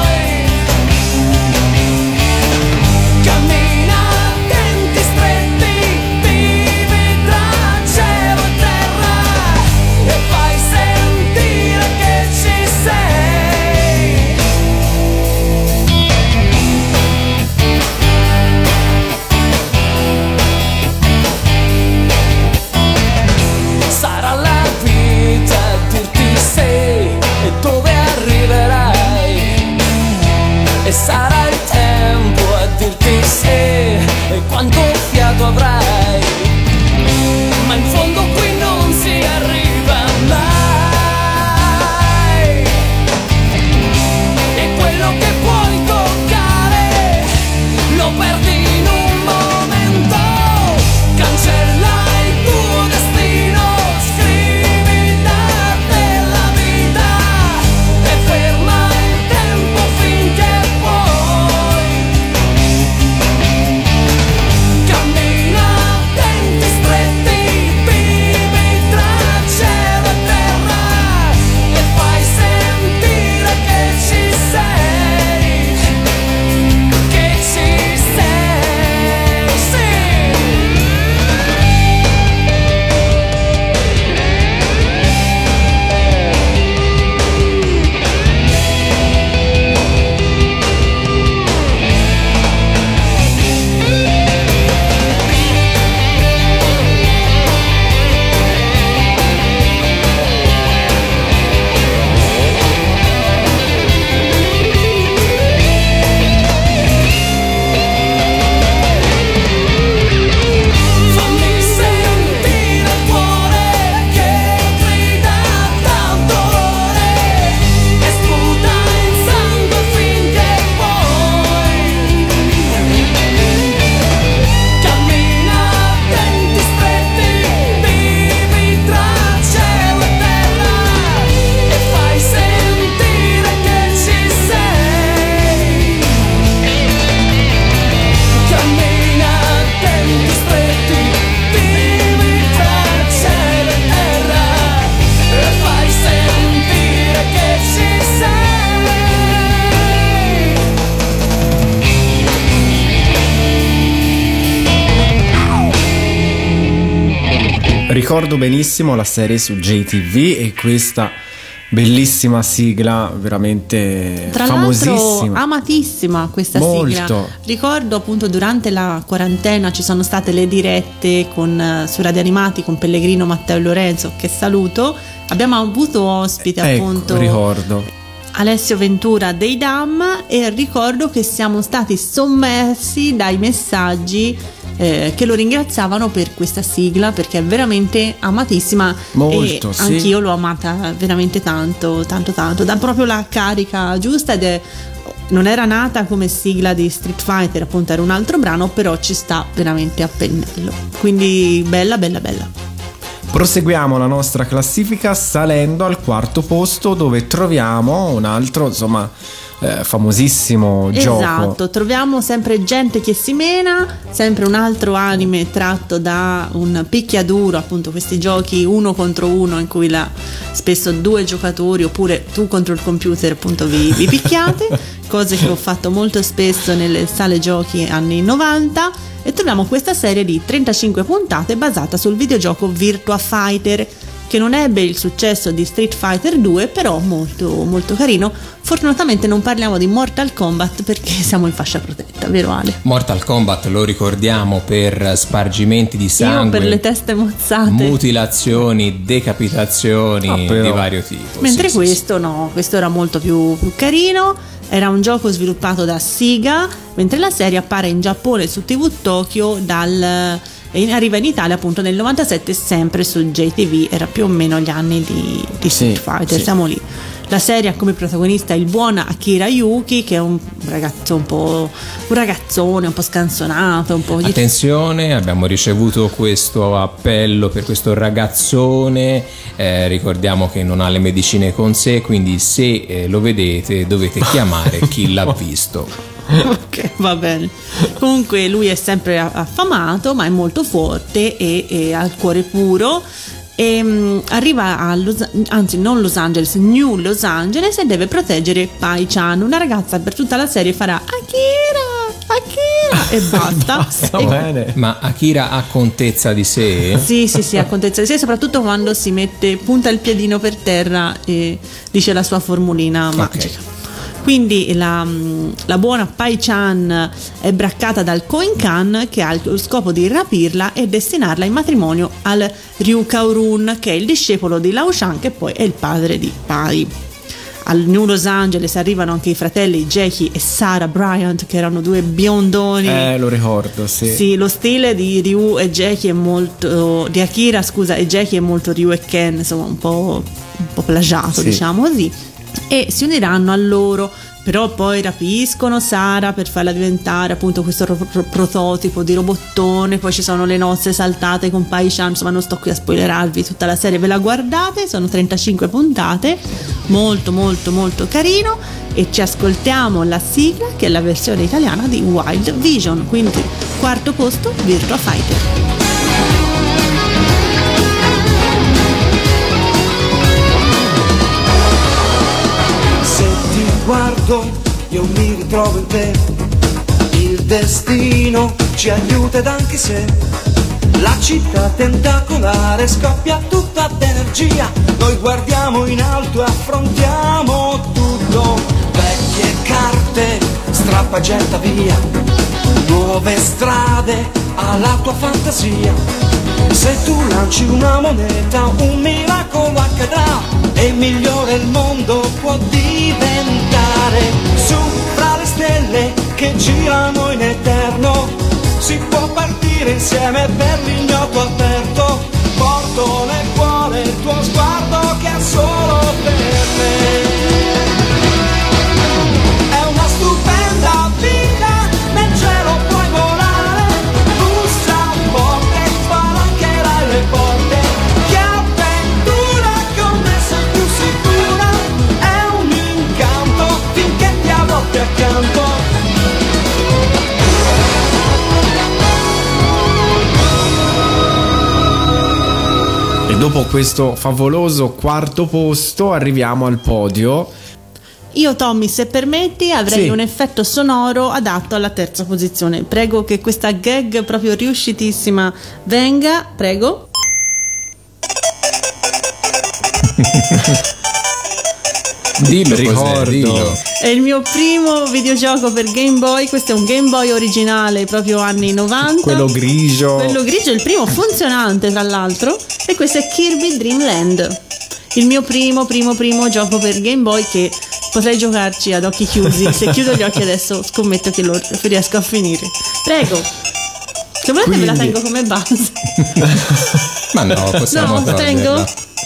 Ricordo benissimo la serie su J T V e questa bellissima sigla, veramente tra famosissima. l'altro amatissima questa Molto. sigla. Ricordo appunto durante la quarantena ci sono state le dirette con, su Radio Animati con Pellegrino, Matteo e Lorenzo, che saluto. Abbiamo avuto ospite Ecco, appunto ricordo Alessio Ventura dei Dam, e ricordo che siamo stati sommersi dai messaggi eh, che lo ringraziavano per questa sigla, perché è veramente amatissima. Molto, e sì. anch'io l'ho amata veramente tanto tanto tanto, dà proprio la carica giusta, ed è, non era nata come sigla di Street Fighter, appunto era un altro brano, però ci sta veramente a pennello, quindi bella bella bella. Proseguiamo la nostra classifica salendo al quarto posto, dove troviamo un altro, insomma, eh, famosissimo gioco. Esatto, troviamo sempre Gente che si mena, sempre un altro anime tratto da un picchiaduro, appunto questi giochi uno contro uno in cui la, spesso due giocatori oppure tu contro il computer appunto vi, vi picchiate, cose che ho fatto molto spesso nelle sale giochi anni novanta. E troviamo questa serie di trentacinque puntate basata sul videogioco Virtua Fighter, che non ebbe il successo di Street Fighter due, però molto molto carino. Fortunatamente non parliamo di Mortal Kombat perché siamo in fascia protetta, vero Ale? Mortal Kombat lo ricordiamo per spargimenti di sangue, Io per le teste mozzate, mutilazioni, decapitazioni Ah, però. di vario tipo. mentre Sì, questo sì, no, questo era molto più, più carino. Era un gioco sviluppato da Sega, mentre la serie appare in Giappone su T V Tokyo dal, e arriva in Italia appunto nel novantasette, sempre su J T V. Era più o meno gli anni di, di Street Sì, Fighter, sì. siamo lì. La serie ha come protagonista il buon Akira Yuki, che è un ragazzo un po' un ragazzone, un po' scanzonato, un po' sì. Attenzione, abbiamo ricevuto questo appello per questo ragazzone, eh, ricordiamo che non ha le medicine con sé, quindi se eh, lo vedete dovete chiamare chi l'ha visto. Ok, va bene. Comunque lui è sempre affamato, ma è molto forte e, e ha il cuore puro. E um, arriva a Los, anzi non Los Angeles, New Los Angeles, e deve proteggere Pai-chan, una ragazza. Per tutta la serie farà Akira, Akira e basta. Basta, E- bene. Ma Akira ha contezza di sé? Sì, sì, sì, ha contezza di sé, soprattutto quando si mette, punta il piedino per terra e dice la sua formulina magica. Quindi la, la buona Pai-chan è braccata dal Koin-kan, che ha lo scopo di rapirla e destinarla in matrimonio al Ryukaorun, che è il discepolo di Lao Shan, che poi è il padre di Pai. Al New Los Angeles arrivano anche i fratelli Jackie e Sarah Bryant, che erano due biondoni. Eh, lo ricordo, sì. Sì, lo stile di Ryu e Jackie è molto, di Akira scusa e Jackie è molto Ryu e Ken, insomma un po', un po' plagiato, Sì. diciamo così, e si uniranno a loro. Però poi rapiscono Sara per farla diventare appunto questo ro- ro- prototipo di robottone. Poi ci sono le nozze saltate con Pai-chan, insomma non sto qui a spoilerarvi tutta la serie, ve la guardate, sono trentacinque puntate, molto molto molto carino. E ci ascoltiamo la sigla, che è la versione italiana di Wild Vision. Quindi quarto posto, Virtua Fighter. Se ti guardo io mi ritrovo in te, il destino ci aiuta ed anche se la città tentacolare scoppia tutta d'energia, noi guardiamo in alto e affrontiamo tutto, vecchie carte, strappa getta via, nuove strade alla tua fantasia, se tu lanci una moneta un miracolo accadrà e migliore il mondo può diventare. Su fra le stelle che girano in eterno si può partire insieme per l'ignoto aperto. Porto nel cuore il tuo sguardo che è solo per me. È una stupenda vita, nel cielo puoi volare, bussa forte, spalancherai le porte. Che avventura con me sei più sicura, è un incanto finché ti avrò più accanto. E dopo questo favoloso quarto posto arriviamo al podio. Io, Tommy, se permetti, avrei Sì. un effetto sonoro adatto alla terza posizione. Prego che questa gag proprio riuscitissima venga, prego. Dillo, Ricordo. cos'è, dillo. È il mio primo videogioco per Game Boy. Questo è un Game Boy originale, proprio anni novanta. Quello grigio. Quello grigio, il primo funzionante tra l'altro. E questo è Kirby Dream Land. Il mio primo, primo, primo gioco per Game Boy che potrei giocarci ad occhi chiusi. Se chiudo gli occhi adesso scommetto che lo riesco a finire. Prego. Se volete Quindi... me la tengo come base. Ma no, possiamo No, toglierla. tengo.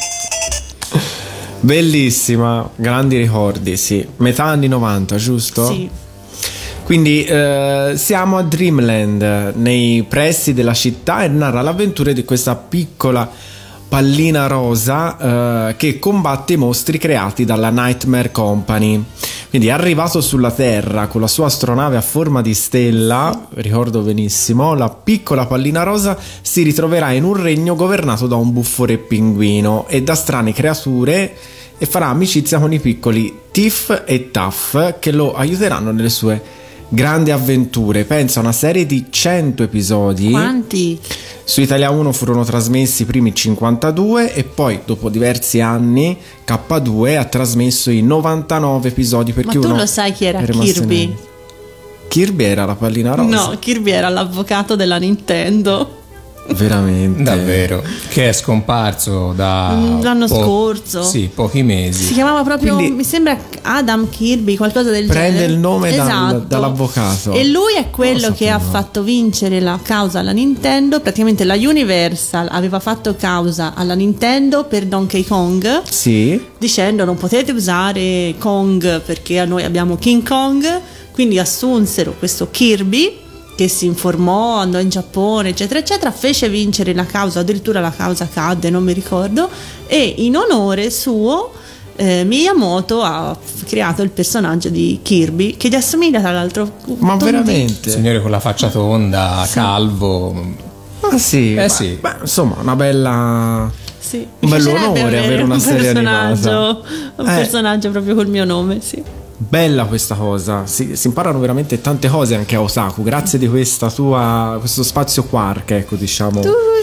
Bellissima, grandi ricordi, sì. Metà anni novanta, giusto? Sì. Quindi eh, siamo a Dreamland, nei pressi della città, e narra l'avventura di questa piccola pallina rosa eh, che combatte i mostri creati dalla Nightmare Company. Quindi è arrivato sulla Terra con la sua astronave a forma di stella, ricordo benissimo, la piccola pallina rosa si ritroverà in un regno governato da un buffo re pinguino e da strane creature, e farà amicizia con i piccoli Tiff e Tuff che lo aiuteranno nelle sue grandi avventure. Pensa a una serie di cento episodi. Quanti? Su Italia uno furono trasmessi i primi cinquantadue e poi dopo diversi anni K due ha trasmesso i novantanove episodi, perché Ma tu uno lo sai chi era è rimasto Kirby? in- Kirby era la pallina rosa? No, Kirby era l'avvocato della Nintendo. Veramente. Davvero, che è scomparso da Mm, l'anno po- scorso. Sì, pochi mesi. Si chiamava proprio, Quindi- mi sembra Adam Kirby, qualcosa del Prende genere. il nome dal- Esatto. dall'avvocato. E lui è quello Non lo che ha sapevo. fatto vincere la causa alla Nintendo. Praticamente la Universal aveva fatto causa alla Nintendo per Donkey Kong, Sì. dicendo non potete usare Kong perché noi abbiamo King Kong. Quindi assunsero questo Kirby che si informò, andò in Giappone eccetera eccetera, fece vincere la causa, addirittura la causa cadde, non mi ricordo, e in onore suo eh, Miyamoto ha creato il personaggio di Kirby, che gli assomiglia tra l'altro. Ma Tutti- veramente? Signore con la faccia tonda, calvo. Ah sì. Eh ma- sì. Beh, insomma, una bella... Sì. Un Mi piacerebbe bell'onore avere una un serie personaggio, un Eh. personaggio proprio col mio nome, sì. Bella questa cosa, si, si imparano veramente tante cose anche a Otaku, grazie di questa tua, questo spazio quark, ecco, diciamo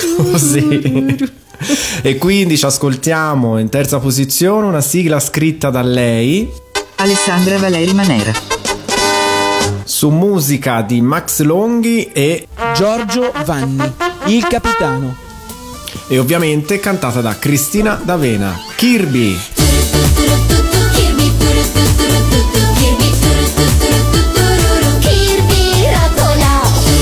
così. E quindi ci ascoltiamo in terza posizione una sigla scritta da lei, Alessandra Valeri Manera. su musica di Max Longhi e, Giorgio Vanni, il capitano. e ovviamente cantata da Cristina D'Avena. Kirby. Kirby ratola.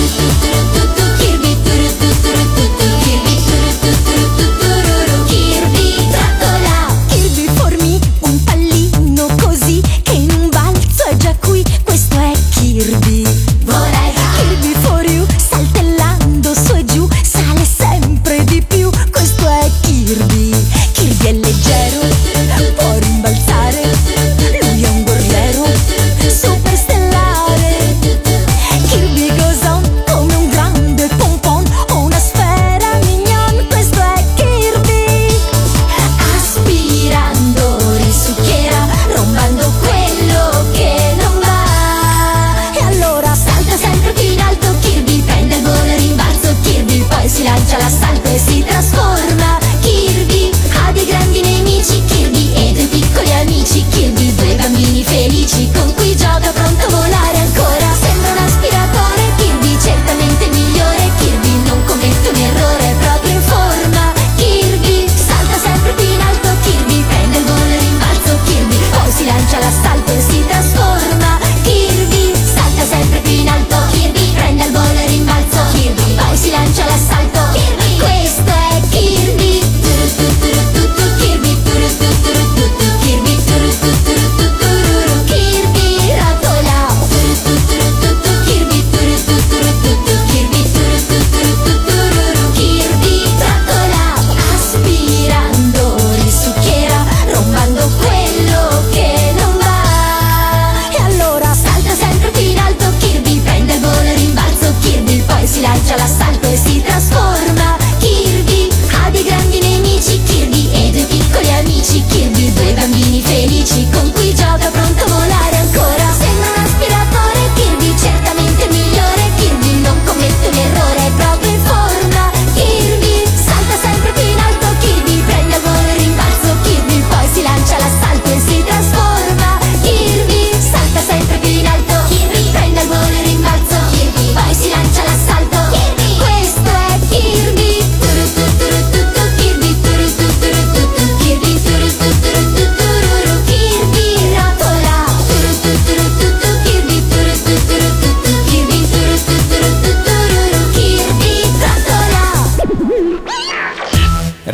Kirby tratola. Kirby formi un pallino così che in un balzo è già qui. Questo è Kirby. Vola e va. Kirby for you, saltellando su e giù, sale sempre di più. Questo è Kirby. Kirby è leggero,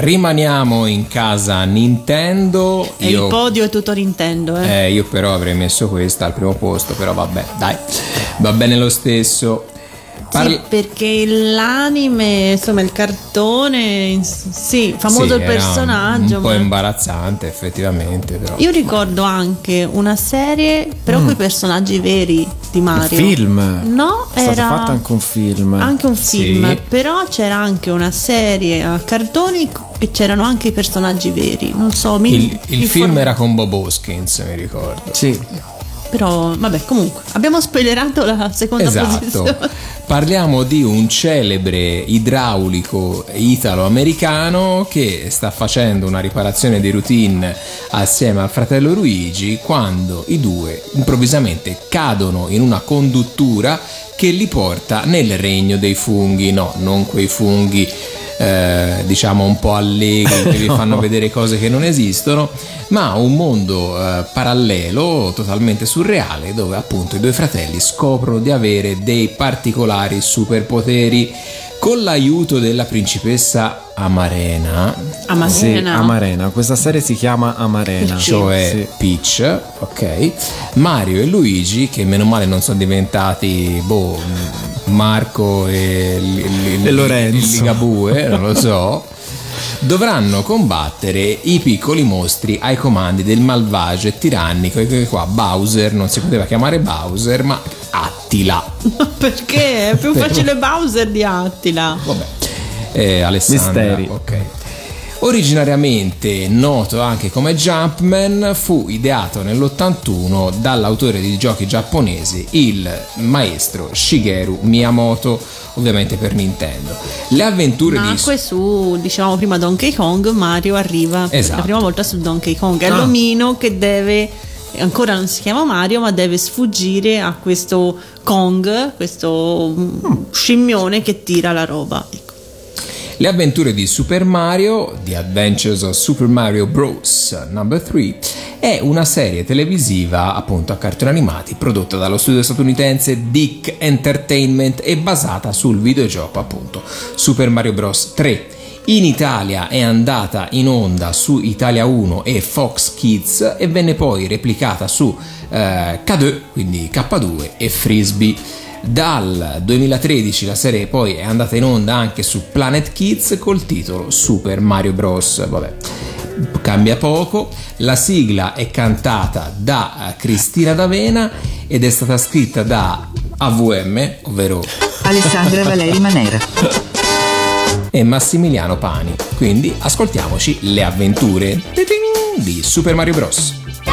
rimaniamo in casa Nintendo. E io, il podio è tutto Nintendo, eh. eh, io però avrei messo questa al primo posto, però vabbè, dai, va bene lo stesso. Parli- Sì, perché l'anime, insomma, il cartone, sì, famoso sì, il era personaggio. un po' ma... imbarazzante effettivamente, però. Io ricordo anche una serie, però Mm. con i personaggi veri di Mario. Film? No, È stato era fatto anche un film. anche un film, Sì. però c'era anche una serie a cartoni e c'erano anche i personaggi veri. Non so, mi Il, il mi film for- era con Bob Hoskins, mi ricordo. Sì. Però vabbè, comunque abbiamo spoilerato la seconda Esatto. posizione. Parliamo di un celebre idraulico italo-americano che sta facendo una riparazione di routine assieme al fratello Luigi quando i due improvvisamente cadono in una conduttura che li porta nel regno dei funghi. No, non quei funghi eh, diciamo un po' allegri che vi fanno vedere cose che non esistono, ma un mondo eh, parallelo totalmente surreale dove appunto i due fratelli scoprono di avere dei particolari superpoteri con l'aiuto della principessa Amarena. Amarena. Sì, Amarena. Questa serie si chiama Amarena. Cioè Sì. Peach, ok. Mario e Luigi, che meno male non sono diventati boh, Marco e, l- l- E Lorenzo. il Ligabue, non lo so. Dovranno combattere i piccoli mostri ai comandi del malvagio e tirannico, e che qua Bowser non si poteva chiamare Bowser ma Attila. Perché è più facile Bowser di Attila. Vabbè, eh, Alessandra. Misteri. Ok. Originariamente noto anche come Jumpman, fu ideato nell'ottantuno dall'autore di giochi giapponesi, il maestro Shigeru Miyamoto, ovviamente per Nintendo. Le avventure di Nacque su, dicevamo prima, Donkey Kong. Mario arriva per Esatto. la prima volta su Donkey Kong. È Ah. l'omino che deve, ancora non si chiama Mario, ma deve sfuggire a questo Kong, questo mm, scimmione che tira la roba. Ecco. Le avventure di Super Mario, The Adventures of Super Mario Bros. number three, è una serie televisiva appunto a cartoni animati prodotta dallo studio statunitense Dick Entertainment e basata sul videogioco appunto Super Mario Bros. tre. In Italia è andata in onda su Italia uno e Fox Kids e venne poi replicata su eh, K due, quindi K due e Frisbee. Dal duemilatredici la serie poi è andata in onda anche su Planet Kids col titolo Super Mario Bros. Vabbè, cambia poco. La sigla è cantata da Cristina D'Avena ed è stata scritta da A V M, ovvero Alessandra Valeri Manera. e Massimiliano Pani. Quindi ascoltiamoci le avventure di Super Mario Bros.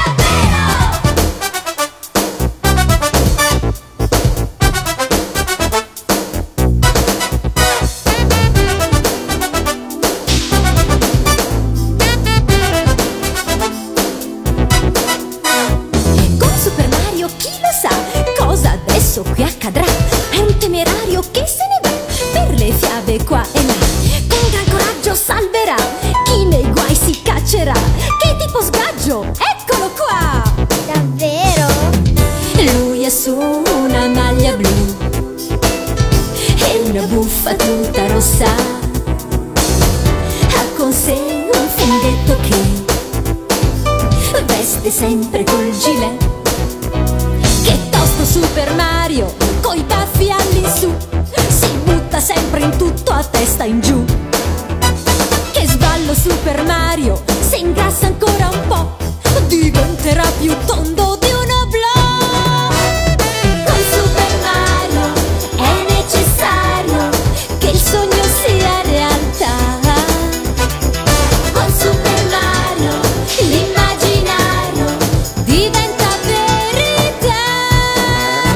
Con Super Mario chi lo sa cosa adesso qui accadrà? È un temerario che se ne va per le fiabe qua e là. Con gran coraggio salverà chi nei guai si caccerà. Che tipo sgaggio, eccolo qua! Davvero? Lui ha su una maglia blu e una buffa tutta rossa. Ha con sé un funghetto che veste sempre col gilet. Che tosto Super Mario, coi baffi all'insù, si butta sempre in tutto a testa in giù. Che sballo Super Mario, se ingrassa ancora un po', diventerà più tondo di un oblò. Con Super Mario è necessario che il sogno sia realtà. Con Super Mario l'immaginario diventa verità.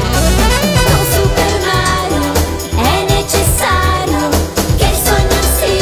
Con Super Mario è necessario che il sogno sia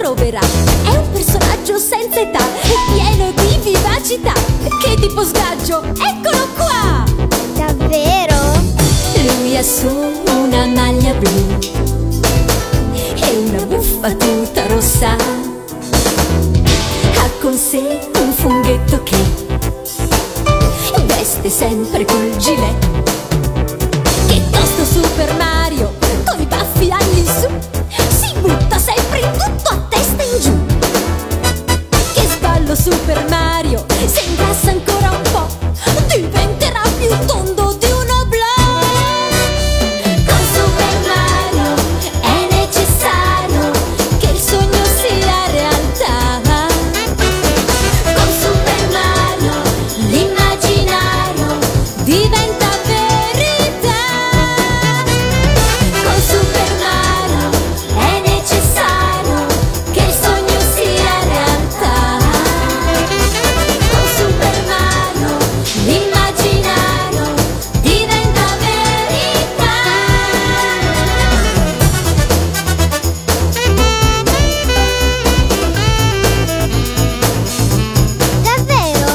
troverà. È un personaggio senza età e pieno di vivacità. Che tipo sgaggio, eccolo qua! Davvero? Lui ha su una maglia blu e una buffa tuta rossa. Ha con sé un funghetto che veste sempre col gilet. Che tosto Super Mario, con i baffi all'insù, si butta sempre in tutto a testa in giù. Che sballo Super Mario, se ingrassa ancora un po', diventerà più tondo di un oblò. Con Super Mario è necessario che il sogno sia realtà. Con Super Mario l'immaginario diventa verità. Con Super Mario è necessario che il sogno sia realtà. Con Super Mario l'immaginario diventa verità. Davvero?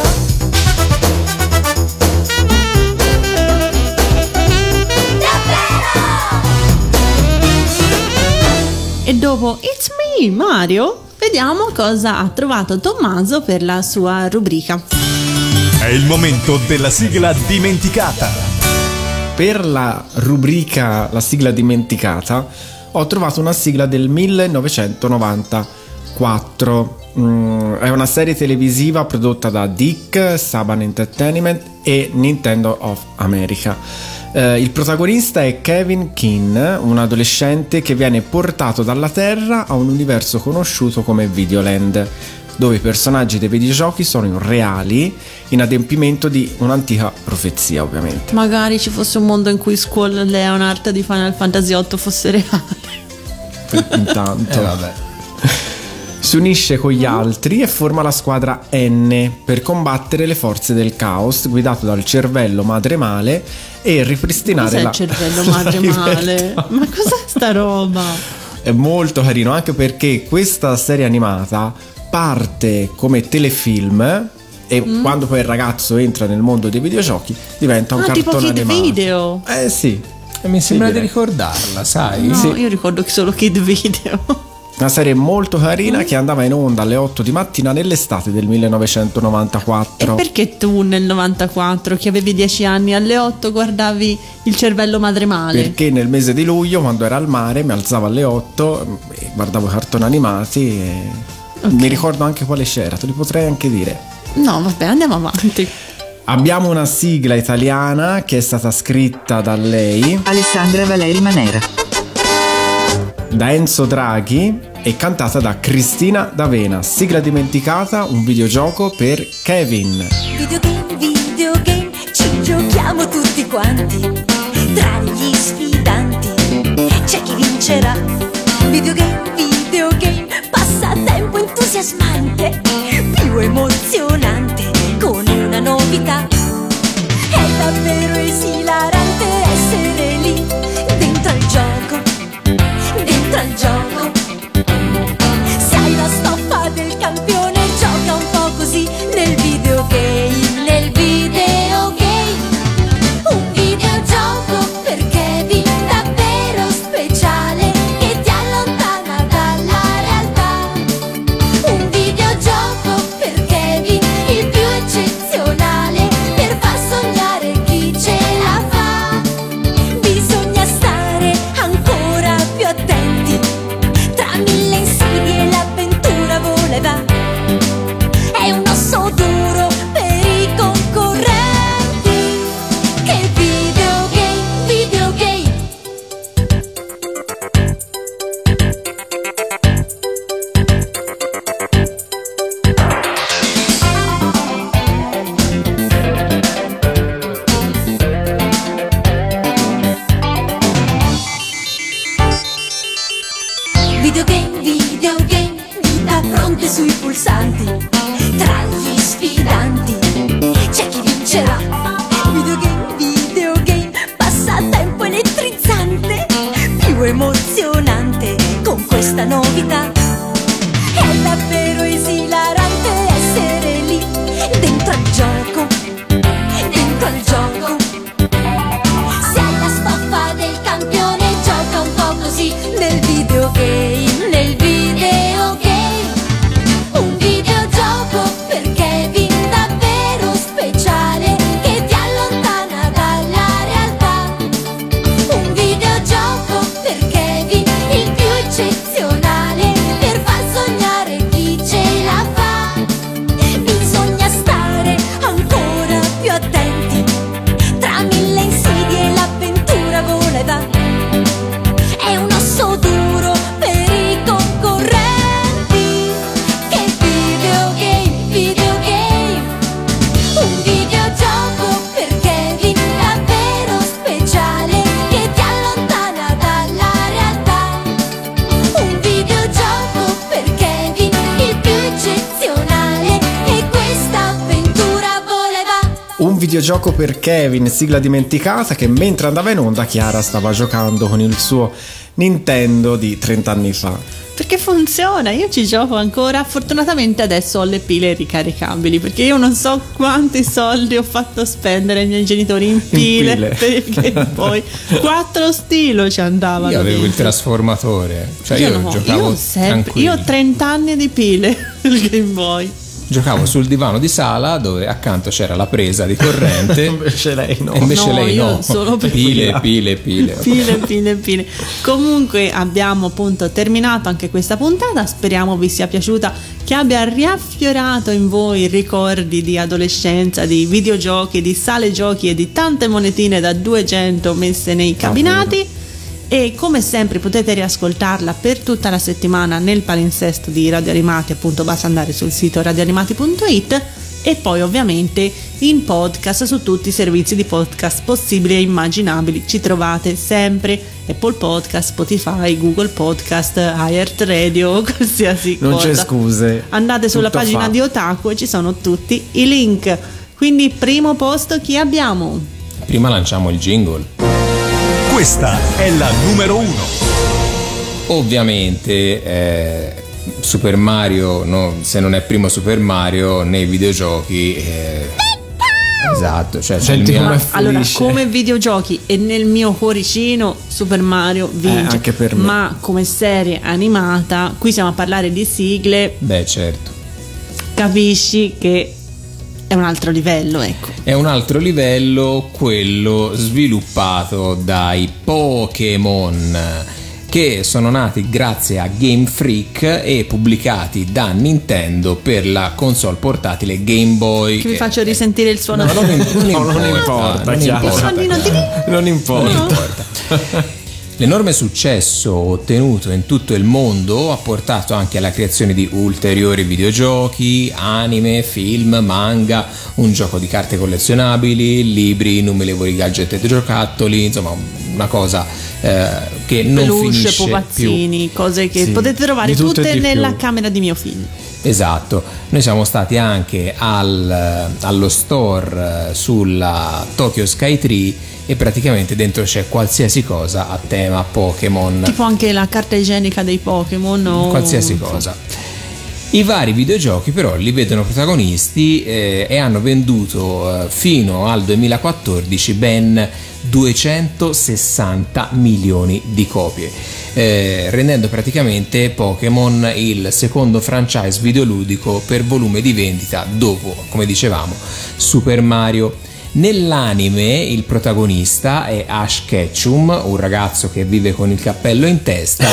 E dopo It's Me Mario, vediamo cosa ha trovato Tommaso per la sua rubrica. È il momento della sigla dimenticata. Per la rubrica La sigla dimenticata ho trovato una sigla del millenovecentonovantaquattro. Mm, è una serie televisiva prodotta da Dick, Saban Entertainment e Nintendo of America. Eh, il protagonista è Kevin Keane, un adolescente che viene portato dalla Terra a un universo conosciuto come Videoland, dove i personaggi dei videogiochi sono reali, in adempimento di un'antica profezia, ovviamente. Magari ci fosse un mondo in cui Squall Leonard di Final Fantasy otto fosse reale. Intanto Eh, vabbè. si unisce con gli altri e forma la squadra N per combattere le forze del caos, guidato dal cervello madre male e ripristinare Cos'è la il cervello la madre male? libertà. Ma cos'è sta roba? È molto carino, anche perché questa serie animata parte come telefilm e Mm. quando poi il ragazzo entra nel mondo dei videogiochi diventa un Ah, tipo cartone Kid animato. Video. Eh sì, E mi sembra direi. di ricordarla, sai? No, Sì. io ricordo che solo Kid Video. una serie molto carina Mm. che andava in onda alle otto di mattina nell'estate del E millenovecentonovantaquattro. perché tu nel novantaquattro, che avevi dieci anni, alle otto guardavi il cervello madre male? Perché nel mese di luglio, quando era al mare, mi alzavo alle otto e guardavo cartoni animati e Ok. mi ricordo anche quale c'era, te li potrei anche dire. No, vabbè, andiamo avanti. Abbiamo una sigla italiana che è stata scritta da lei, Alessandra Valeri Manera. da Enzo Draghi e cantata da Cristina D'Avena. Sigla dimenticata, un videogioco per Kevin. Videogame, videogame, ci giochiamo tutti quanti. Tra gli sfidanti c'è chi vincerà. Videogame, videogame, passatempo entusiasmante, più emozionante con una novità. È davvero esilarante essere lì, dentro al gioco, dentro al gioco. Se hai la stoffa del campione, gioca un po' così nel videogame, nel videogame. Un videogioco per Kevin davvero speciale che ti allontana dalla realtà. Un videogioco per Kevin, il più eccezionale, per far sognare chi ce la fa. Bisogna stare ancora più attenti, tra mille insidie l'avventura vola e va. È un osso duro per i concorrenti. Che videogame, videogame. Videogame, videogame, vita fronte sui pulsanti. Tra gli sfidanti c'è chi vincerà. Videogame, videogame, passatempo elettrizzante, più emozionante con questa novità. videogioco per Kevin, sigla dimenticata, che mentre andava in onda Chiara stava giocando con il suo Nintendo di trenta anni fa. Perché funziona, io ci gioco ancora. Fortunatamente adesso ho le pile ricaricabili, perché io non so quanti soldi ho fatto spendere ai miei genitori in pile, In pile. perché poi quattro stilo ci andavano. Io avevo il dentro. trasformatore, cioè io, no, giocavo io, sempre, tranquillo. io ho trenta anni di pile il Game Boy. Giocavo sul divano di sala dove accanto c'era la presa di corrente. Invece lei no. E invece No, lei io no. solo per pile, pile, pile. Pile, pile, pile. Comunque abbiamo appunto terminato anche questa puntata. Speriamo vi sia piaciuta, che abbia riaffiorato in voi ricordi di adolescenza, di videogiochi, di sale giochi e di tante monetine da duecento messe nei cabinati. E come sempre potete riascoltarla per tutta la settimana nel palinsesto di Radio Animati, appunto basta andare sul sito radioanimati punto it, e poi ovviamente in podcast su tutti i servizi di podcast possibili e immaginabili. Ci trovate sempre Apple Podcast, Spotify, Google Podcast, iHeartRadio, qualsiasi Non cosa. c'è scuse. Andate sulla Tutto pagina fa. di Otaku e ci sono tutti i link. Quindi primo posto chi abbiamo? Prima lanciamo il jingle. Questa è la numero uno. Ovviamente eh, Super Mario, no, se non è primo Super Mario nei videogiochi, eh, esatto, cioè c'è il Senti mio- come Allora, fluisce. come videogiochi e nel mio cuoricino Super Mario vince, Eh, anche per me. ma come serie animata, qui siamo a parlare di sigle, Beh, certo. capisci che è un altro livello, ecco. È un altro livello quello sviluppato dai Pokémon, che sono nati grazie a Game Freak e pubblicati da Nintendo per la console portatile Game Boy. Che vi faccio risentire il suono. No, non, non No, non importa, importa, non Chiara. importa. Suonino di- Non importa. Non importa. L'enorme successo ottenuto in tutto il mondo ha portato anche alla creazione di ulteriori videogiochi, anime, film, manga, un gioco di carte collezionabili, libri, innumerevoli gadget e giocattoli, insomma una cosa eh, che non Peluche, finisce pupazzini, cose che Sì, potete trovare di tutto e tutte di nella più. camera di mio figlio. più. Esatto, noi siamo stati anche al, allo store eh, sulla Tokyo Sky Tree e praticamente dentro c'è qualsiasi cosa a tema Pokémon. Tipo anche la carta igienica dei Pokémon o Qualsiasi cosa. I vari videogiochi però li vedono protagonisti eh, e hanno venduto eh, fino al duemilaquattordici ben duecentosessanta milioni di copie, eh, rendendo praticamente Pokémon il secondo franchise videoludico per volume di vendita dopo, come dicevamo, Super Mario. Nell'anime il protagonista è Ash Ketchum, un ragazzo che vive con il cappello in testa,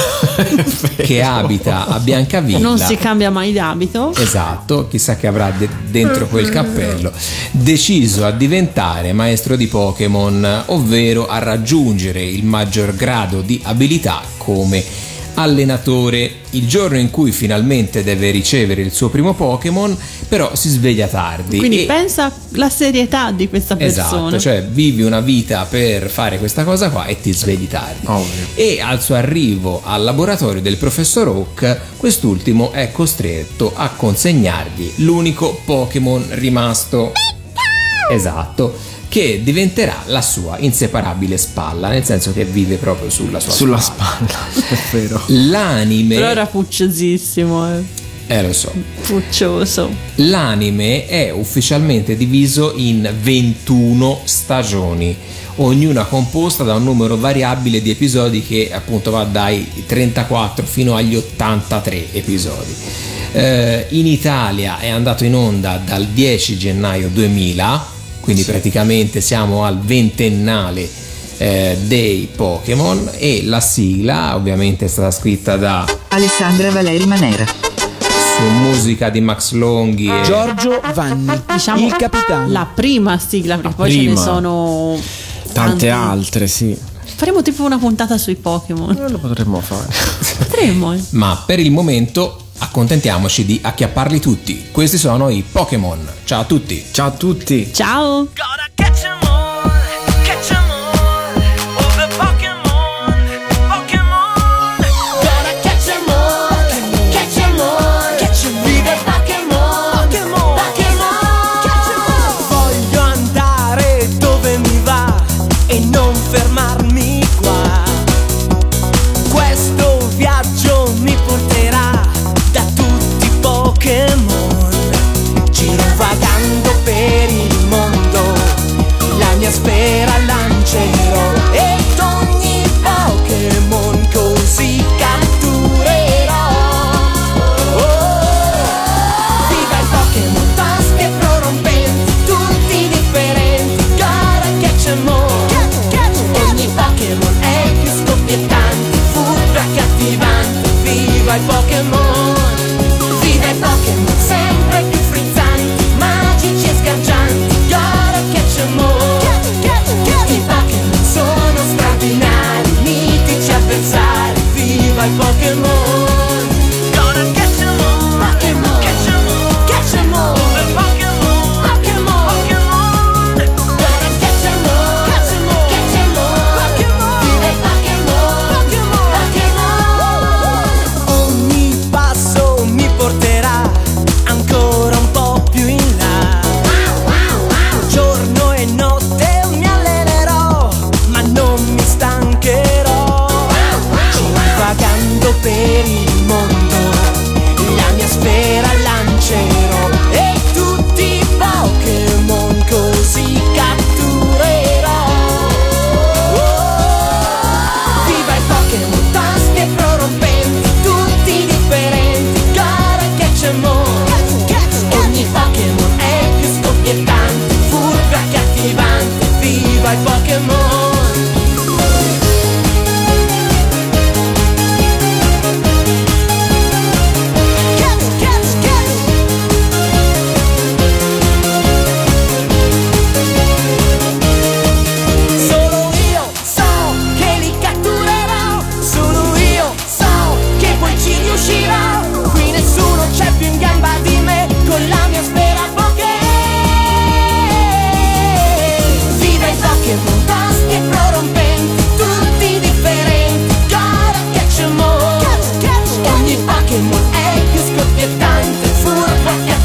che abita a Biancavilla. non si cambia mai d'abito. Esatto, chissà che avrà de- dentro quel cappello, deciso a diventare maestro di Pokémon, ovvero a raggiungere il maggior grado di abilità come allenatore. Il giorno in cui finalmente deve ricevere il suo primo Pokémon, però si sveglia tardi. Quindi e- pensa alla serietà di questa persona. Esatto, cioè vivi una vita per fare questa cosa qua e ti svegli tardi. Ovvio. E al suo arrivo al laboratorio del professor Oak, quest'ultimo è costretto a consegnargli l'unico Pokémon rimasto. Esatto, che diventerà la sua inseparabile spalla, nel senso che vive proprio sulla sua Sulla spalla. spalla, è vero. L'anime, Però era pucciosissimo, eh. eh lo so. Puccioso. L'anime è ufficialmente diviso in ventuno stagioni, ognuna composta da un numero variabile di episodi che appunto va dai trentaquattro fino agli ottantatré episodi. Eh, in Italia è andato in onda dal dieci gennaio duemila, quindi praticamente siamo al ventennale eh, dei Pokémon, e la sigla ovviamente è stata scritta da Alessandra Valeri Manera. su musica di Max Longhi e Giorgio Vanni, Diciamo il capitano. la prima sigla, perché poi ce ne prima. sono Tante tanti. altre, sì. Faremo tipo una puntata sui Pokémon. Non lo potremmo fare. Potremmo. eh. ma per il momento accontentiamoci di acchiapparli tutti. Questi sono i Pokémon. Ciao a tutti. Ciao a tutti. Ciao. Gotta catch 'em all, catch 'em all, oh the Pokémon, Pokémon. Gotta catch 'em all, catch 'em all, catch 'em all, the Pokémon, Pokémon, Pokémon. Voglio andare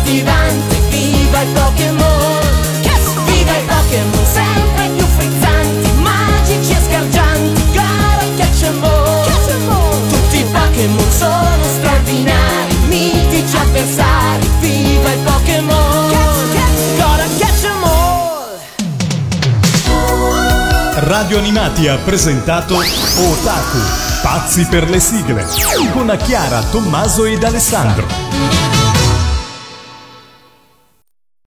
accattivanti. Viva i Pokémon, viva i Pokémon, sempre più frizzanti, magici e sgargianti. Gara Catch 'em All, tutti i Pokémon sono straordinari, mitici avversari. Viva i Pokémon, gara Catch 'em All. Radio Animati ha presentato Otaku, pazzi per le sigle, con Chiara, Tommaso ed Alessandro.